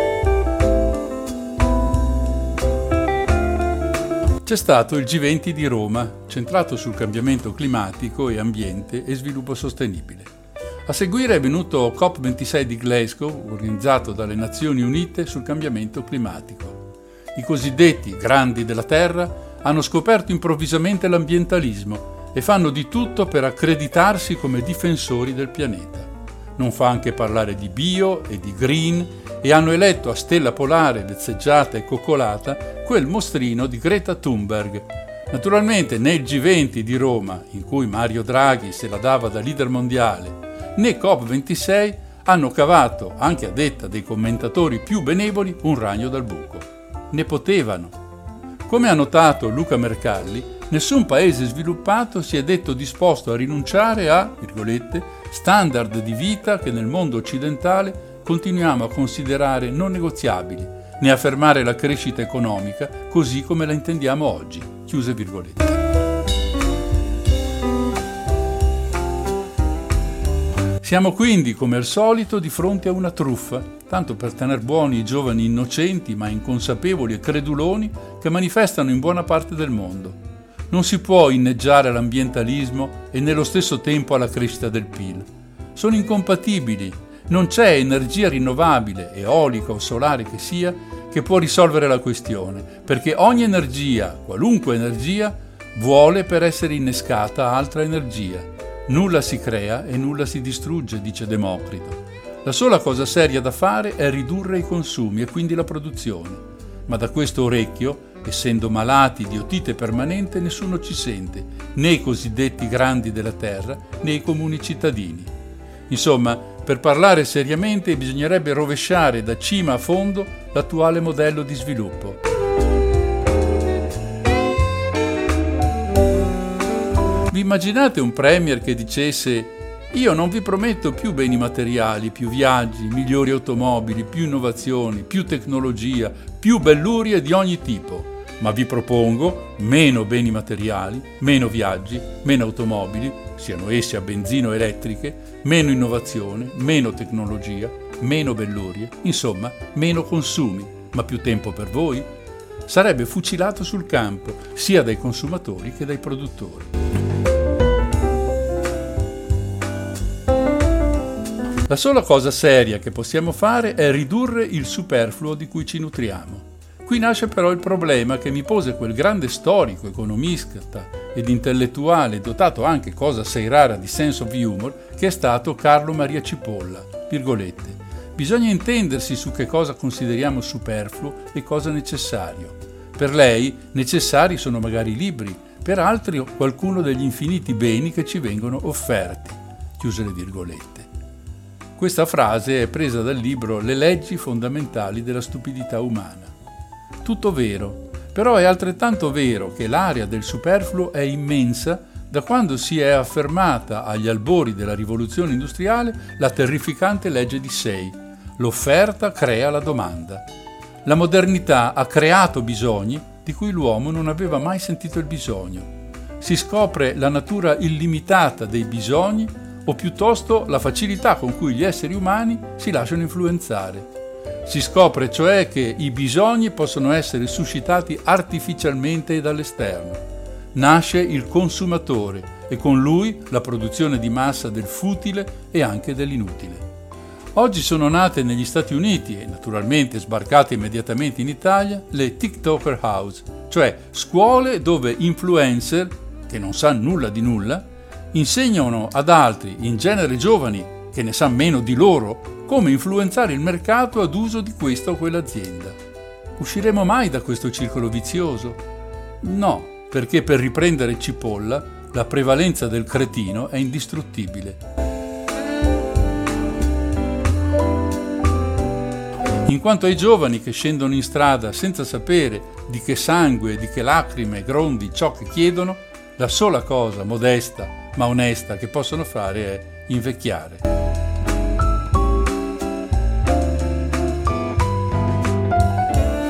Speaker 3: C'è stato il G20 di Roma, centrato sul cambiamento climatico e ambiente e sviluppo sostenibile. A seguire è venuto COP26 di Glasgow, organizzato dalle Nazioni Unite sul cambiamento climatico. I cosiddetti grandi della Terra hanno scoperto improvvisamente l'ambientalismo e fanno di tutto per accreditarsi come difensori del pianeta. Non fa anche parlare di bio e di green e hanno eletto a stella polare vezzeggiata e coccolata quel mostrino di Greta Thunberg. Naturalmente né il G20 di Roma, in cui Mario Draghi se la dava da leader mondiale, né COP26 hanno cavato, anche a detta dei commentatori più benevoli, un ragno dal buco. Ne potevano. Come ha notato Luca Mercalli, nessun paese sviluppato si è detto disposto a rinunciare a, virgolette, standard di vita che nel mondo occidentale continuiamo a considerare non negoziabili, né a fermare la crescita economica così come la intendiamo oggi. Chiuse virgolette. Siamo quindi, come al solito, di fronte a una truffa, tanto per tener buoni i giovani innocenti ma inconsapevoli e creduloni che manifestano in buona parte del mondo. Non si può inneggiare all'ambientalismo e nello stesso tempo alla crescita del PIL. Sono incompatibili. Non c'è energia rinnovabile, eolica o solare che sia, che può risolvere la questione, perché ogni energia, qualunque energia, vuole per essere innescata altra energia. Nulla si crea e nulla si distrugge, dice Democrito. La sola cosa seria da fare è ridurre i consumi e quindi la produzione. Ma da questo orecchio, essendo malati di otite permanente, nessuno ci sente, né i cosiddetti grandi della terra, né i comuni cittadini. Insomma, per parlare seriamente bisognerebbe rovesciare da cima a fondo l'attuale modello di sviluppo. Vi immaginate un premier che dicesse: io non vi prometto più beni materiali, più viaggi, migliori automobili, più innovazioni, più tecnologia, più bellurie di ogni tipo, ma vi propongo meno beni materiali, meno viaggi, meno automobili, siano essi a benzina o elettriche, meno innovazione, meno tecnologia, meno bellurie, insomma meno consumi, ma più tempo per voi? Sarebbe fucilato sul campo, sia dai consumatori che dai produttori. La sola cosa seria che possiamo fare è ridurre il superfluo di cui ci nutriamo. Qui nasce però il problema che mi pose quel grande storico, economista ed intellettuale dotato anche, cosa assai rara, di sense of humor, che è stato Carlo Maria Cipolla. Virgolette. Bisogna intendersi su che cosa consideriamo superfluo e cosa necessario. Per lei necessari sono magari i libri, per altri qualcuno degli infiniti beni che ci vengono offerti. Chiuse le virgolette. Questa frase è presa dal libro Le leggi fondamentali della stupidità umana. Tutto vero, però è altrettanto vero che l'area del superfluo è immensa da quando si è affermata agli albori della rivoluzione industriale la terrificante legge di Say: l'offerta crea la domanda. La modernità ha creato bisogni di cui l'uomo non aveva mai sentito il bisogno. Si scopre la natura illimitata dei bisogni o piuttosto la facilità con cui gli esseri umani si lasciano influenzare. Si scopre cioè che i bisogni possono essere suscitati artificialmente dall'esterno. Nasce il consumatore e con lui la produzione di massa del futile e anche dell'inutile. Oggi sono nate negli Stati Uniti e naturalmente sbarcate immediatamente in Italia le TikToker House, cioè scuole dove influencer, che non sanno nulla di nulla, insegnano ad altri, in genere giovani, che ne sa meno di loro, come influenzare il mercato ad uso di questa o quell'azienda. Usciremo mai da questo circolo vizioso? No, perché per riprendere Cipolla, la prevalenza del cretino è indistruttibile. In quanto ai giovani che scendono in strada senza sapere di che sangue e di che lacrime grondi ciò che chiedono, la sola cosa modesta ma onesta che possono fare è invecchiare.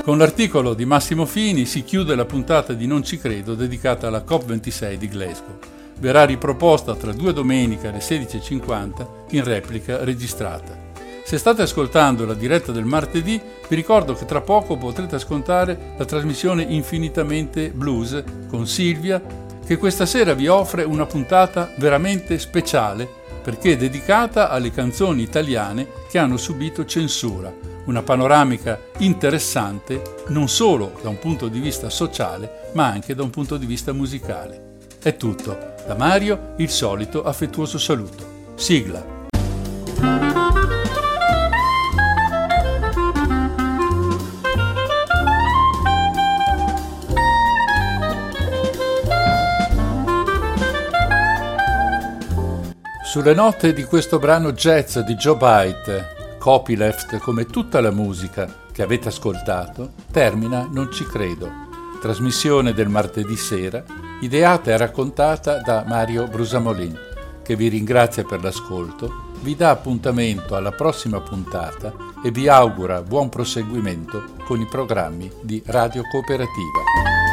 Speaker 3: Con l'articolo di Massimo Fini si chiude la puntata di Non ci credo dedicata alla COP26 di Glasgow. Verrà riproposta tra 2 domeniche alle 16:50 in replica registrata. Se state ascoltando la diretta del martedì, vi ricordo che tra poco potrete ascoltare la trasmissione Infinitamente Blues con Silvia, che questa sera vi offre una puntata veramente speciale perché è dedicata alle canzoni italiane che hanno subito censura. Una panoramica interessante non solo da un punto di vista sociale, ma anche da un punto di vista musicale. È tutto. Da Mario il solito affettuoso saluto. Sigla. Sulle note di questo brano jazz di Joe Byte, copyleft come tutta la musica che avete ascoltato, termina Non ci credo, trasmissione del martedì sera, ideata e raccontata da Mario Brusamolin, che vi ringrazia per l'ascolto, vi dà appuntamento alla prossima puntata e vi augura buon proseguimento con i programmi di Radio Cooperativa.